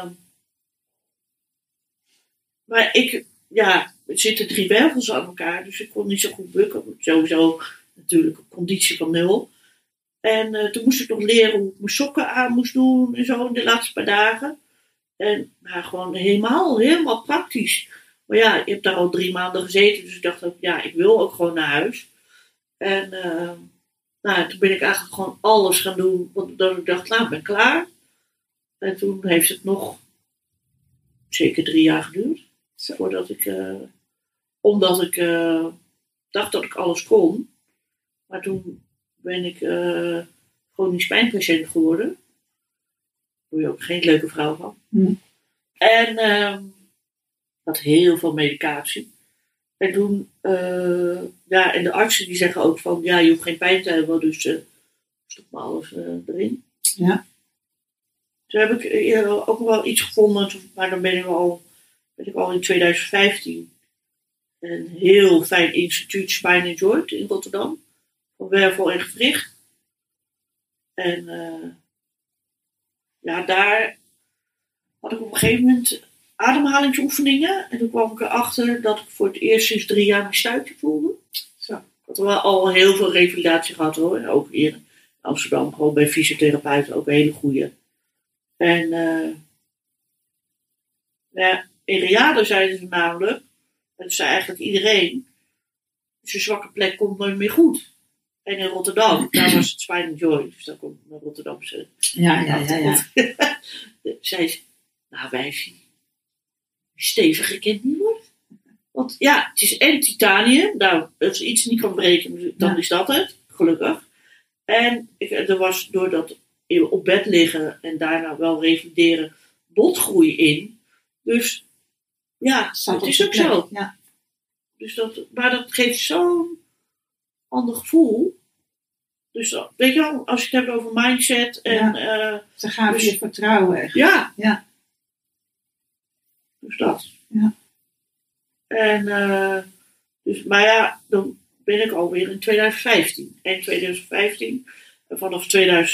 maar er zitten 3 wervels aan elkaar. Dus ik kon niet zo goed bukken. Sowieso natuurlijk een conditie van 0. En toen moest ik nog leren hoe ik mijn sokken aan moest doen. En zo in de laatste paar dagen. En gewoon helemaal praktisch. Maar ja, je hebt daar al 3 maanden gezeten. Dus ik dacht ook, ik wil ook gewoon naar huis. En toen ben ik eigenlijk gewoon alles gaan doen. Want ik dacht, ik ben klaar. En toen heeft het nog zeker 3 jaar geduurd. Voordat ik... omdat ik dacht dat ik alles kon. Maar toen ben ik chronisch pijnpatiënt geworden. Daar word je ook geen leuke vrouw van. En had heel veel medicatie. En toen... en de artsen die zeggen ook van... Ja, je hoeft geen pijn te hebben. Dus stop maar alles erin. Ja. Toen heb ik ook wel iets gevonden. Maar dan ben ik al in 2015... een heel fijn instituut Spine and Joint in Rotterdam. Voor wervel en gewricht. En daar had ik op een gegeven moment ademhalingsoefeningen. En toen kwam ik erachter dat ik voor het eerst sinds 3 jaar mijn stuitje voelde. Zo. Ik had wel al heel veel revalidatie gehad hoor. Ook hier in Amsterdam, gewoon bij fysiotherapeuten, ook een hele goeie. En in Reade zeiden ze namelijk, dat zei eigenlijk iedereen, zijn zwakke plek komt nooit meer goed. En in Rotterdam, daar was het Spine and Joint, dus daar komt mijn Rotterdamse. Ja. Zei ze, nou wijfje, steviger kan het niet worden. Want ja, het is en titanium, nou, als iets niet kan breken, dan is dat het, gelukkig. En er was door dat op bed liggen en daarna wel revalideren botgroei in. Dus ja, het is ook zo. Ja. Dus maar dat geeft zo'n ander gevoel. Dus weet je wel, als je het hebt over mindset en... Ze gaven je vertrouwen echt. Ja. Ja. Dus dat. Ja. En maar ja, dan ben ik alweer in 2015. En 2015, en vanaf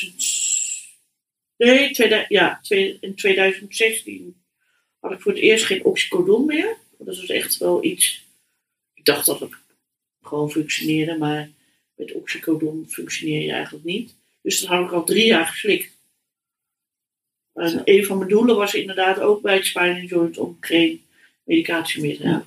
in 2016 had ik voor het eerst geen oxycodon meer. Dat was echt wel iets... Ik dacht dat het gewoon functioneerde, maar met oxycodon functioneer je eigenlijk niet. Dus dat had ik al 3 jaar geslikt. En een van mijn doelen was inderdaad ook bij het Spine and Joint om geen medicatie meer te hebben.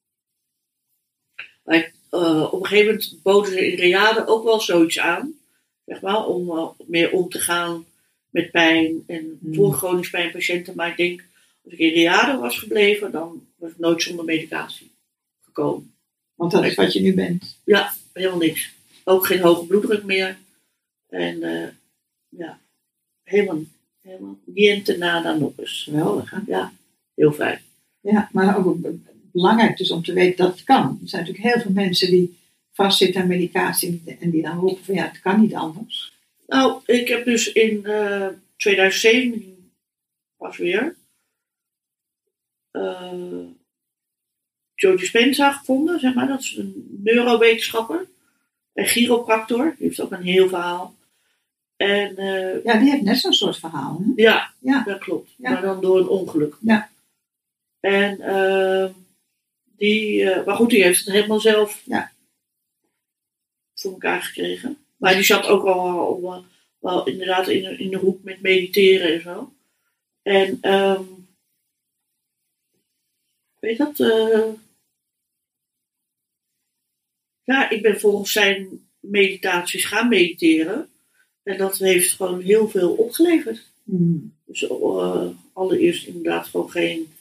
Maar op een gegeven moment boden ze in Reade ook wel zoiets aan. Zeg maar, om meer om te gaan met pijn en voor chronisch pijnpatiënten. Maar ik denk, als ik in Reade was gebleven, dan was ik nooit zonder medicatie gekomen. Want dat is wat je nu bent. Ja, helemaal niks. Ook geen hoge bloeddruk meer. En helemaal niente nada nog eens. Geweldig, hè? Ja, heel fijn. Ja, maar ook belangrijk dus om te weten dat het kan. Er zijn natuurlijk heel veel mensen die vastzitten aan medicatie en die dan roepen van het kan niet anders. Nou, ik heb dus in 2017 pas weer Joe Dispenza gevonden, zeg maar. Dat is een neurowetenschapper en chiropractor. Die heeft ook een heel verhaal. En, die heeft net zo'n soort verhaal. Hè? Ja, dat klopt. Ja. Maar dan door een ongeluk. Ja. En maar goed, die heeft het helemaal zelf voor elkaar gekregen. Maar die zat ook wel inderdaad in de hoek met mediteren en zo. En weet je dat? Ik ben volgens zijn meditaties gaan mediteren. En dat heeft gewoon heel veel opgeleverd. Dus allereerst inderdaad gewoon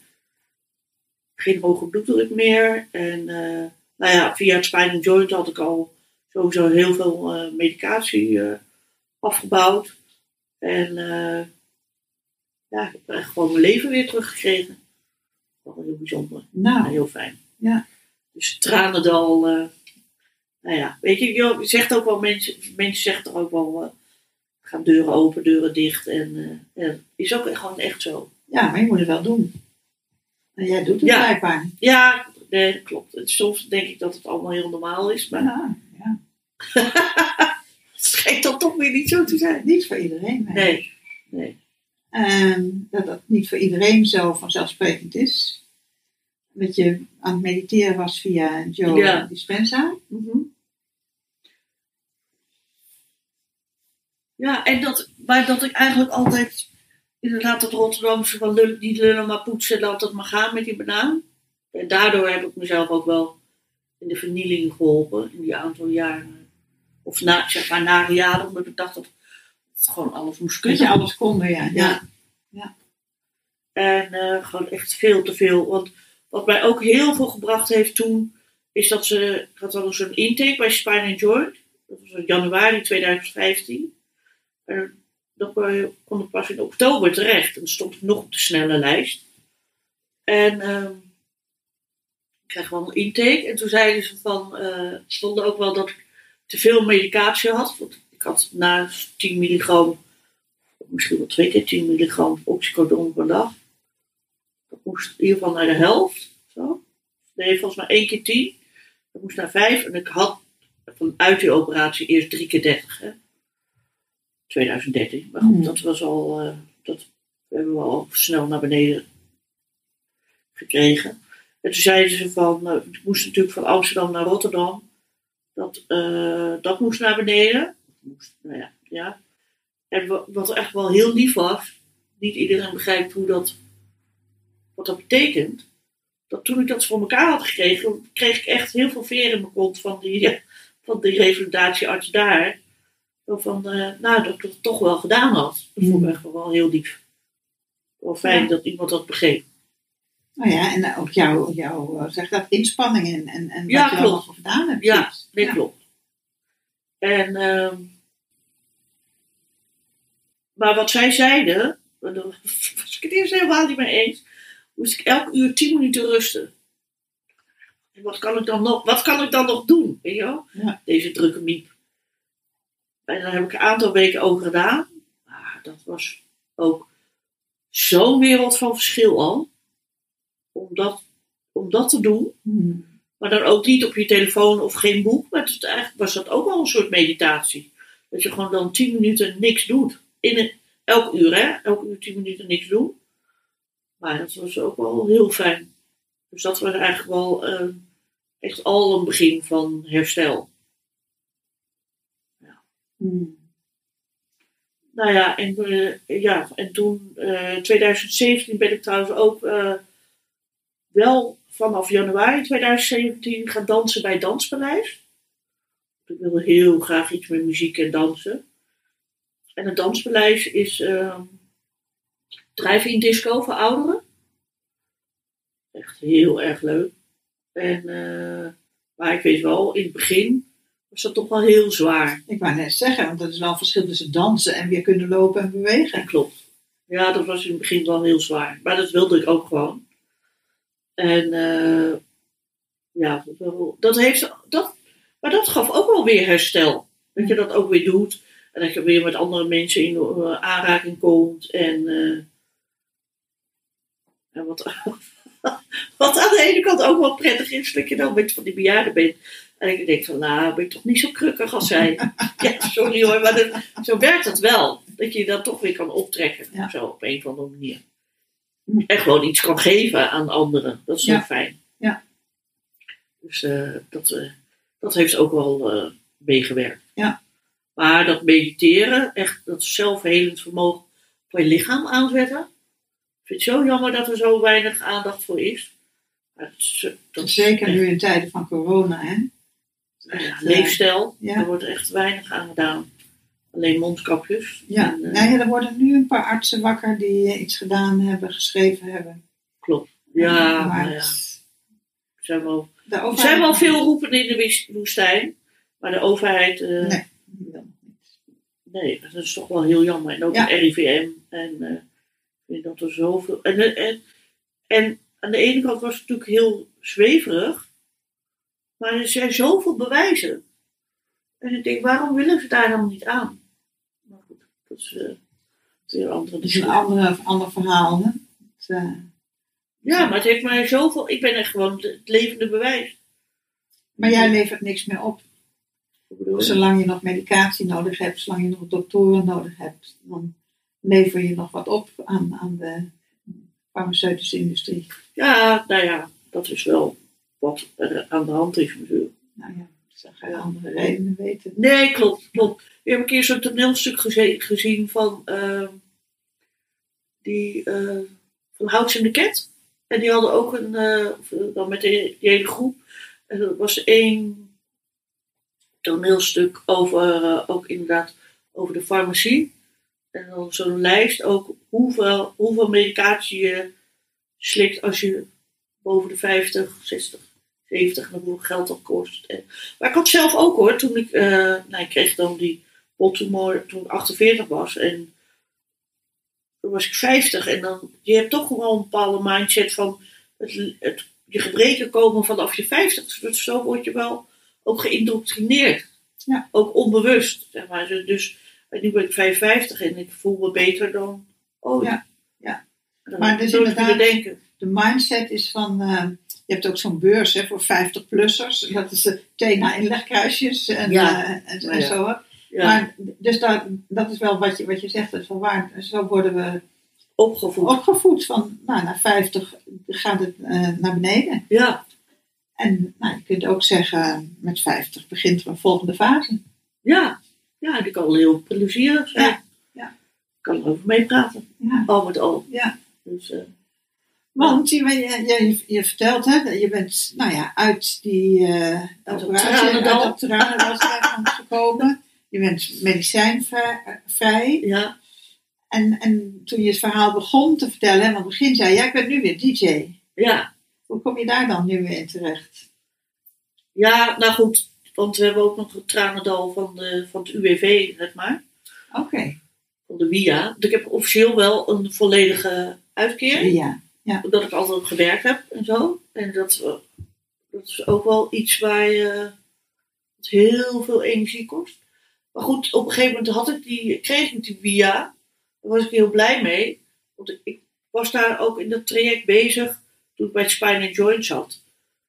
geen hoge bloeddruk meer. En via het Spine and Joint had ik al sowieso heel veel medicatie afgebouwd. En ik heb echt gewoon mijn leven weer teruggekregen. Dat was heel bijzonder. Nou. Heel fijn. Ja. Dus Tranendal... weet je zegt ook wel, mensen zeggen toch ook wel, gaan deuren open, deuren dicht. En is ook gewoon echt zo. Ja, maar je moet het wel doen. En jij doet het blijkbaar. Ja, nee, dat klopt. Soms denk ik dat het allemaal heel normaal is, maar Ja. het schijnt dan toch weer niet zo te zijn. Niet voor iedereen. Nee. Dat niet voor iedereen zo vanzelfsprekend is. Dat je aan het mediteren was via Joe Dispenza. Mm-hmm. Ja, maar dat ik eigenlijk altijd inderdaad dat Rotterdamse van niet lullen maar poetsen en laat het maar gaan met die banaan. En daardoor heb ik mezelf ook wel in de vernieling geholpen in die aantal jaren. Of na jaren, omdat ik dacht dat het gewoon alles moest kunnen. Dat je alles kon, ja. En gewoon echt veel te veel. Want wat mij ook heel veel gebracht heeft toen, is dat ze hadden zo'n intake bij Spine & Joint. Dat was in januari 2015. En dan kon ik pas in oktober terecht. En dan stond ik nog op de snelle lijst. En ik kreeg wel een intake. En toen zeiden ze stonden ook wel dat ik te veel medicatie had. Want ik had na 10 milligram, misschien wel 2 keer 10 milligram oxycodon per dag. Dat moest in ieder geval naar de helft. Zo. Nee, volgens mij 1 keer 10. Dat moest naar 5. En ik had vanuit die operatie eerst 3 keer 30. Hè. 2013. Maar goed, dat was al... dat hebben we al snel naar beneden gekregen. En toen zeiden ze ik moest natuurlijk van Amsterdam naar Rotterdam. Dat moest naar beneden. Ja. En wat echt wel heel lief was, niet iedereen begrijpt wat dat betekent. Dat toen ik dat voor elkaar had gekregen, kreeg ik echt heel veel veer in mijn kont van die revalidatiearts daar. Dat ik het toch wel gedaan had. Dat vond ik echt wel heel lief. Wel fijn dat iemand dat begreep. Nou ja, en ook jouw zeg dat, inspanning en wat je allemaal gedaan hebt. Ja, dat klopt. En, maar wat zij zeiden, daar was ik het eerst helemaal niet mee eens, moest ik elk uur 10 minuten rusten. En wat kan ik dan nog doen? Weet je wel? Ja. Deze drukke miep. En daar heb ik een aantal weken over gedaan. Maar dat was ook zo'n wereld van verschil al. Om dat te doen. Maar dan ook niet op je telefoon of geen boek. Maar eigenlijk was dat ook wel een soort meditatie. Dat je gewoon dan 10 minuten niks doet. Elk uur, hè? Elk uur 10 minuten niks doen. Maar dat was ook wel heel fijn. Dus dat was eigenlijk wel echt al een begin van herstel. Ja. Nou ja, en toen 2017 ben ik trouwens ook wel vanaf januari 2017 gaan dansen bij Danspaleis. Ik wilde heel graag iets met muziek en dansen. En het Danspaleis is drive-in disco voor ouderen. Echt heel erg leuk. Maar ik weet wel, in het begin was dat toch wel heel zwaar. Ik wou net zeggen, want dat is wel een verschil tussen dansen en weer kunnen lopen en bewegen. Ja, klopt. Ja, dat was in het begin wel heel zwaar. Maar dat wilde ik ook gewoon. En maar dat gaf ook wel weer herstel. Dat je dat ook weer doet. En dat je weer met andere mensen in aanraking komt. En wat aan de ene kant ook wel prettig is, dat je dan met van die bejaarden bent. En ik denk van, ben ik toch niet zo krukkig als zij. Ja, sorry hoor, maar zo werkt dat wel. Dat je dat toch weer kan optrekken. Ja. Zo op een of andere manier. En gewoon iets kan geven aan anderen. Dat is heel fijn. Ja. Dus dat heeft ook wel meegewerkt. Ja. Maar dat mediteren, echt dat zelfhelend vermogen van je lichaam aanzetten. Ik vind het zo jammer dat er zo weinig aandacht voor is. Dat zeker nu in tijden van corona, hè? Leefstijl, er wordt echt weinig aan gedaan. Alleen mondkapjes. Ja, er worden nu een paar artsen wakker die iets gedaan hebben, geschreven hebben. Klopt. Ja, maar er zijn wel veel roepen in de woestijn. Maar de overheid... Nee, dat is toch wel heel jammer. En ook het RIVM. En ik vind dat er zoveel... En aan de ene kant was het natuurlijk heel zweverig. Maar er zijn zoveel bewijzen. En ik denk, waarom willen ze daar dan niet aan? Maar goed, dat is weer een andere discussie. Dat is een ander verhaal, hè? Ja, maar het heeft mij zoveel... Ik ben echt gewoon het levende bewijs. Maar jij levert niks meer op. Ik bedoel, Zolang je nog medicatie nodig hebt, zolang je nog doktoren nodig hebt, dan lever je nog wat op aan de farmaceutische industrie. ja, nou ja, dat is wel wat er aan de hand is natuurlijk. Nou ja, ik zou geen andere redenen weten. Nee, klopt. Ik heb een keer zo'n toneelstuk gezien van van Houts in de Cat. En die hadden ook dan met die hele groep. En dat was één toneelstuk ook inderdaad over de farmacie. En dan zo'n lijst ook hoeveel medicatie je slikt als je boven de 50, 60, 70 en hoeveel geld dat kost. Maar ik had zelf ook hoor, toen ik kreeg dan die bottumor toen ik 48 was. En toen was ik 50 en dan, je hebt toch gewoon een bepaalde mindset van je gebreken komen vanaf je 50. Dus zo word je wel ook geïndoctrineerd. Ja. Ook onbewust, zeg maar. Dus nu ben ik 55 en ik voel me beter dan ooit. Ja. Dan Maar dus zou ik inderdaad, kunnen denken. de mindset is van, je hebt ook zo'n beurs voor 50-plussers. Dat is de Tena inlegkruisjes en zo. Ja. Maar dus dat is wel wat je zegt, dat is wel waar. Zo worden we Opgevoed. van, na 50 gaat het naar beneden. Ja. En je kunt ook zeggen, met 50 begint er een volgende fase. Ja, die kan heel plezierig zijn. Ja. Ik kan erover meepraten. Ja. Al met al. Ja. Dus, Want je vertelt, hè, je bent uit die operatie, uit dat tranendal gekomen. Je bent medicijnvrij. Ja. En toen je het verhaal begon te vertellen, want in het begin zei je, ik ben nu weer DJ. Ja. Hoe kom je daar dan nu weer in terecht? Ja, nou goed. Want we hebben ook nog het tranendal van het UWV, zeg maar. Oké. Van de WIA. Dus ik heb officieel wel een volledige uitkering. Ja. Omdat ik altijd gewerkt heb en zo. En dat is ook wel iets waar je heel veel energie kost. Maar goed, op een gegeven moment kreeg ik die WIA. Daar was ik heel blij mee. Want ik was daar ook in dat traject bezig toen ik bij het Spine & Joint zat.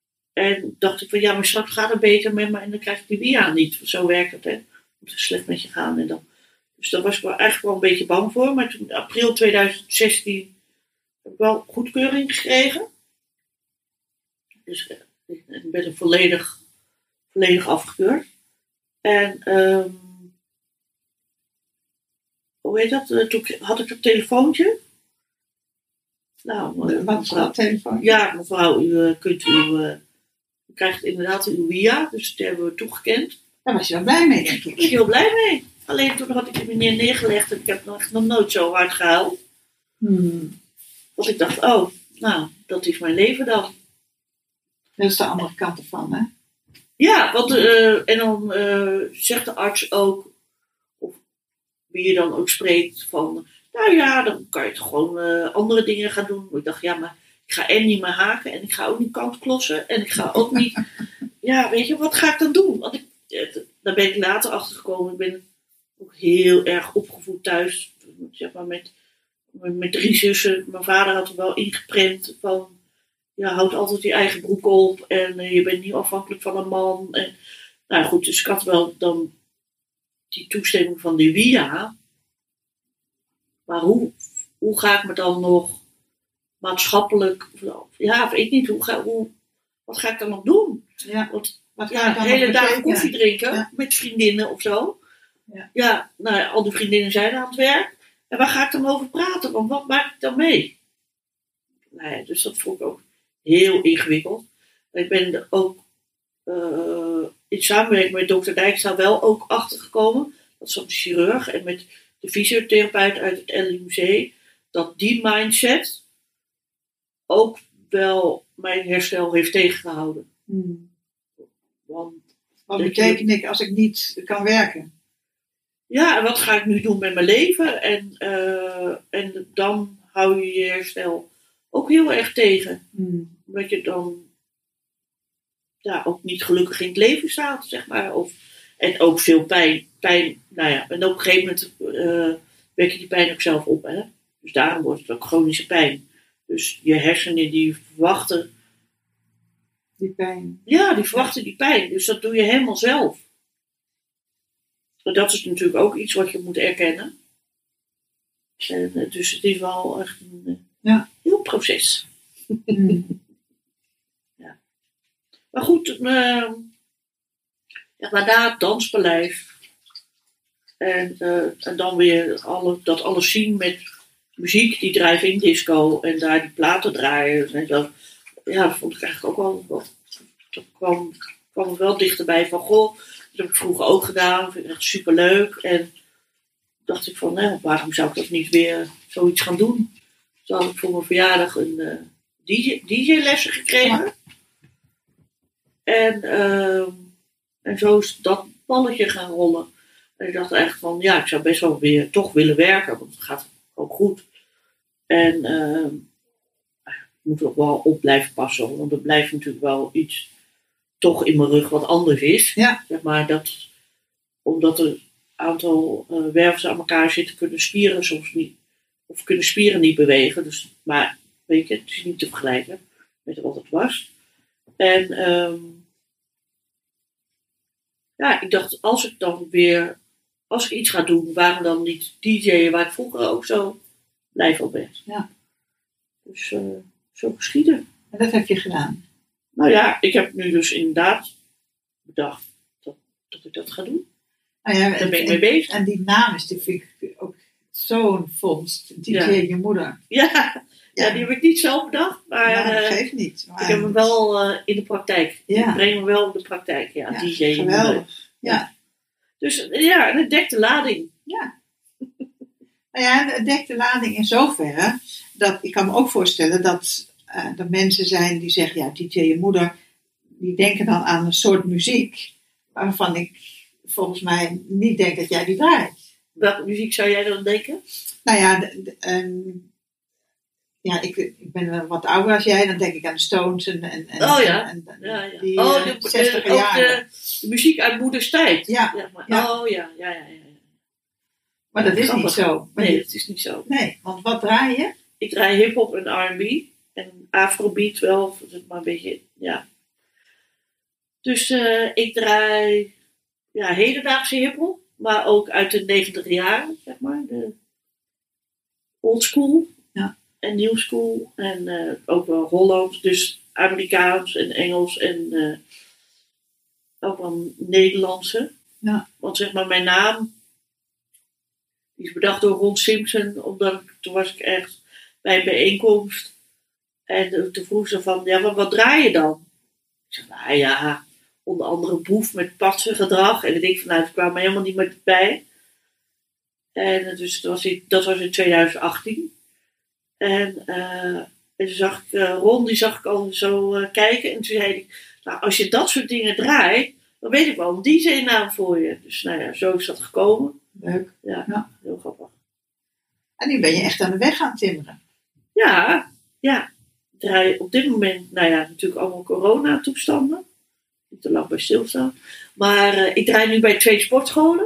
En dacht ik van maar straks gaat het beter met me en dan krijg ik die WIA niet. Zo werkt het, hè. Het moet slecht met je gaan en dan. Dus daar was ik eigenlijk wel een beetje bang voor. Maar toen in april 2016 heb ik wel goedkeuring gekregen. Dus ik ben er volledig afgekeurd. En hoe heet dat? Toen had ik dat telefoontje. Nou, Wat is dat telefoon? Ja, mevrouw, u krijgt inderdaad uw WIA, dus dat hebben we toegekend. Daar was je wel blij mee, denk ik. Daar was ik heel blij mee. Alleen toen had ik de meneer neergelegd en ik heb nog nooit zo hard gehuild. Want ik dacht, dat is mijn leven dan. Dat is de andere kant ervan, hè? Ja, want en dan zegt de arts ook, of wie je dan ook spreekt, van, dan kan je toch gewoon andere dingen gaan doen. Ik dacht, maar ik ga niet meer haken en ik ga ook niet kantklossen en ik ga ook niet, weet je, wat ga ik dan doen? Want daar ben ik later achter gekomen. Ik ben ook heel erg opgevoed thuis, zeg maar met 3 zussen. Mijn vader had er wel ingeprent van, houd altijd je eigen broek op en je bent niet afhankelijk van een man. En, goed, dus ik had wel dan die toestemming van de WIA. Maar hoe ga ik me dan nog maatschappelijk, weet ik niet, wat ga ik dan nog doen? Ja. Want, wat ga je dan de hele nog dag betekenen? koffie drinken met vriendinnen of zo. Ja. Al die vriendinnen zijn aan het werk. En waar ga ik dan over praten? Want wat maak ik dan mee? Dus dat vond ik ook heel ingewikkeld. Ik ben er ook in samenwerking met dokter Dijkstra wel ook achtergekomen. Dat is een chirurg en met de fysiotherapeut uit het LUMC. Dat die mindset ook wel mijn herstel heeft tegengehouden. Want wat betekent ik als ik niet kan werken? Ja, en wat ga ik nu doen met mijn leven? En dan hou je je herstel ook heel erg tegen. Omdat je dan ook niet gelukkig in het leven staat, zeg maar. En ook veel pijn. En op een gegeven moment wek je die pijn ook zelf op. Hè? Dus daarom wordt het ook chronische pijn. Dus je hersenen die verwachten... Die pijn. Ja, die verwachten die pijn. Dus dat doe je helemaal zelf. En dat is natuurlijk ook iets wat je moet erkennen. En, dus het is wel echt een heel proces. Ja. Maar goed, maar na het dansbeleid en dan weer dat alles zien met muziek, die drive-in disco en daar die platen draaien en zo. Ja, dat vond ik eigenlijk ook wel dat kwam het wel dichterbij van, goh, dat heb ik vroeger ook gedaan, vind ik echt superleuk. En dacht ik van, waarom zou ik dat niet weer zoiets gaan doen? Toen had ik voor mijn verjaardag een DJ-lessen gekregen. En zo is dat balletje gaan rollen. En ik dacht eigenlijk van, ik zou best wel weer toch willen werken, want het gaat ook goed. En ik moet er ook wel op blijven passen, want er blijft natuurlijk wel iets toch in mijn rug wat anders is. Ja. Zeg maar omdat er een aantal wervels aan elkaar zitten, kunnen spieren soms niet, of kunnen spieren niet bewegen. Dus, maar weet je, het is niet te vergelijken met wat het was. En ik dacht, als ik iets ga doen, waarom dan niet DJ'en waar ik vroeger ook zo blij op ben. Ja. Dus zo geschieden. En dat heb je gedaan? Nou ja, ik heb nu dus inderdaad bedacht dat ik dat ga doen. Nou ja, daar ben ik mee bezig. En die naam is, die vind ik ook zo'n vondst. DJ je moeder. Ja, die heb ik niet zelf bedacht. Maar dat geeft niet. Maar ik heb hem wel in de praktijk. Ja. Ik breng hem wel in de praktijk. Ja, DJ je moeder. Geweldig. Ja. Dus ja, een dekte lading. Ja. Nou ja, een dekte lading in zoverre dat ik kan me ook voorstellen dat er mensen zijn die zeggen, ja, DJ je moeder, die denken dan aan een soort muziek waarvan ik volgens mij niet denk dat jij die draait. Welke muziek zou jij dan denken? Nou ja, ik ben wat ouder als jij, dan denk ik aan de Stones en die 60 jaar. De muziek uit moeders tijd. Ja. Zeg maar. Ja. Oh ja. Maar dat is niet zo. Nee, dat is niet zo. Nee, want wat draai je? Ik draai hip-hop en R&B. En afrobeat wel, zeg maar een beetje, ja. Dus ik draai hedendaagse hiphop, maar ook uit de 90 jaren, zeg maar. De old school en new school. En ook wel Hollands, dus Amerikaans en Engels en ook wel Nederlandse. Ja. Want zeg maar mijn naam, die is bedacht door Ron Simpson, omdat toen was ik echt bij een bijeenkomst. En toen vroeg ze van, maar wat draai je dan? Ik zeg, nou ja, onder andere Boef met patse gedrag. En ik denk van, het kwam me helemaal niet meer bij. En dus dat was in 2018. En toen zag ik Ron, die zag ik al zo kijken. En toen zei ik, nou, als je dat soort dingen draait, dan weet ik wel een DJ-naam voor je. Dus nou ja, zo is dat gekomen. Leuk. Ja, heel grappig. En nu ben je echt aan de weg gaan timmeren. Ja. Ik draai op dit moment, natuurlijk allemaal corona-toestanden. Niet te lang bij stilstaan. Maar ik draai nu bij 2 sportscholen.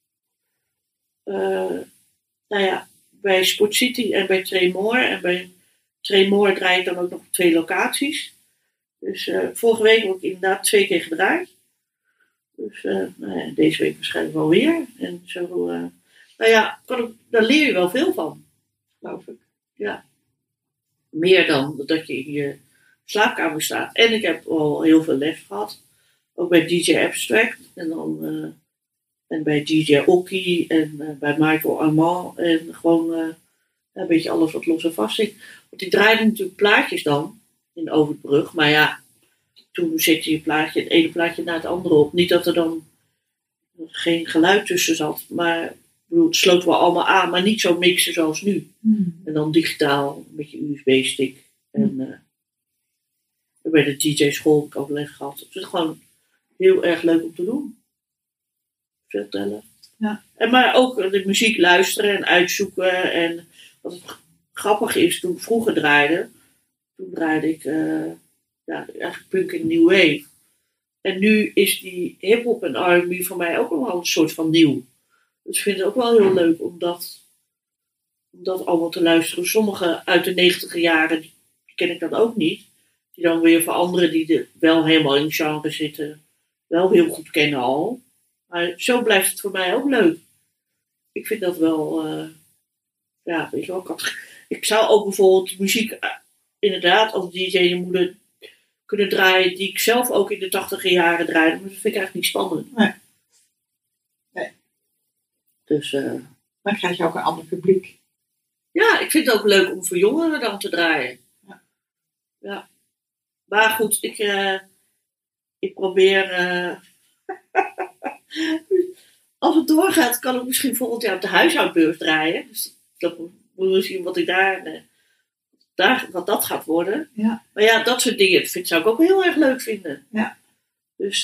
Bij Sport City en bij Tremor. En bij Tremor draai ik dan ook nog op 2 locaties. Dus vorige week heb ik inderdaad 2 keer gedraaid. Dus deze week waarschijnlijk wel weer. En zo, daar leer je wel veel van. Geloof ik. Ja. Meer dan dat je in je slaapkamer staat. En ik heb al heel veel les gehad. Ook bij DJ Abstract. En dan en bij DJ Oki. En bij Michael Armand. En gewoon een beetje alles wat los en vast zit. Want die draaiden natuurlijk plaatjes dan. In Overbrug. Maar ja. Toen zette je het ene plaatje na het andere op. Niet dat er dan geen geluid tussen zat. Maar het sloot wel allemaal aan. Maar niet zo mixen zoals nu. En dan digitaal. Met je USB-stick. En bij de DJ-school heb ik overleg gehad. Het is gewoon heel erg leuk om te doen. Vertellen. Ja. Maar ook de muziek luisteren en uitzoeken. En wat het grappig is, toen ik vroeger draaide. Toen draaide ik eigenlijk punk en new wave. En nu is die hip-hop en R&B voor mij ook wel een soort van nieuw. Dus ik vind het ook wel heel leuk om dat allemaal te luisteren. Sommige uit de 90 jaren, ken ik dan ook niet. Die dan weer voor anderen die er wel helemaal in het genre zitten, wel heel goed kennen al. Maar zo blijft het voor mij ook leuk. Ik vind dat wel, weet je wel. Ik zou ook bijvoorbeeld muziek, inderdaad, als DJ je moeder kunnen draaien, die ik zelf ook in de 80e jaren draaide. Maar dat vind ik eigenlijk niet spannend. Nee. Dus, dan krijg je ook een ander publiek. Ja, ik vind het ook leuk om voor jongeren dan te draaien. Ja. Maar goed, ik probeer... als het doorgaat, kan ik misschien volgend jaar op de huishoudbeurs draaien. Dus dat moeten we zien wat ik wat dat gaat worden. Ja. Maar ja, dat soort dingen zou ik ook heel erg leuk vinden. Ja. Dus,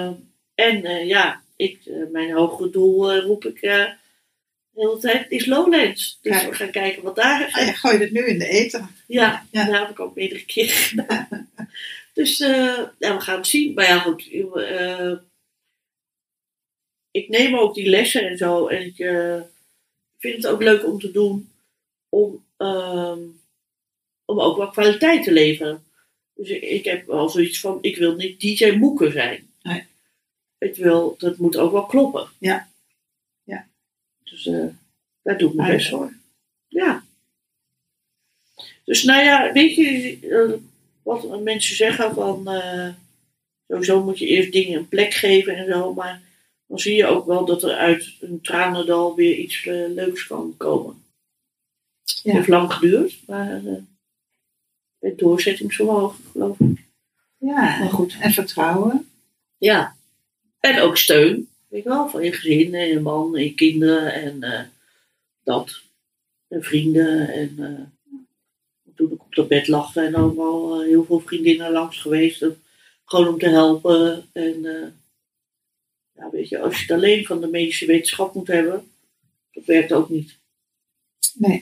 mijn hogere doel roep ik de hele tijd, is Lowlands. Dus we gaan kijken wat daar is. Je gooit het nu in de eten. Ja, dat heb ik ook meerdere keer gedaan. Dus we gaan het zien. Maar ja, goed. Ik neem ook die lessen en zo. En ik vind het ook leuk om te doen. Om ook wel kwaliteit te leveren. Dus ik heb wel zoiets van, ik wil niet DJ Moeke zijn. Nee. Dat moet ook wel kloppen. Ja. Dus daar doe ik mijn best voor. Ja. Dus nou ja, weet je wat mensen zeggen van sowieso moet je eerst dingen een plek geven en zo, maar dan zie je ook wel dat er uit een tranendal weer iets leuks kan komen. Het heeft lang geduurd, maar het doorzettingsvermogen, geloof ik. Ja, maar goed. En vertrouwen. Ja. En ook steun, weet je wel, van je gezin en je man en je kinderen en dat. En vrienden en toen ik op dat bed lag zijn ook wel heel veel vriendinnen langs geweest. Gewoon om te helpen. En weet je, als je het alleen van de medische wetenschap moet hebben, dat werkt ook niet. Nee.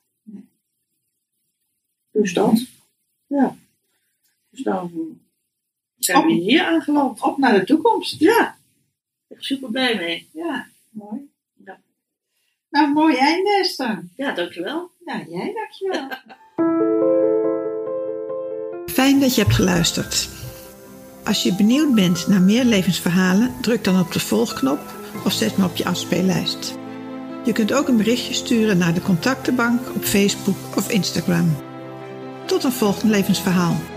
Dus dat. Ja. Dus dan zijn we hier aangeland. Op naar de toekomst. Ja. Echt super blij mee. Ja, mooi. Ja. Nou, mooi einde, Esther. Ja, dankjewel. Ja, jij dankjewel. Fijn dat je hebt geluisterd. Als je benieuwd bent naar meer levensverhalen, druk dan op de volgknop of zet me op je afspeellijst. Je kunt ook een berichtje sturen naar de contactenbank op Facebook of Instagram. Tot een volgend levensverhaal.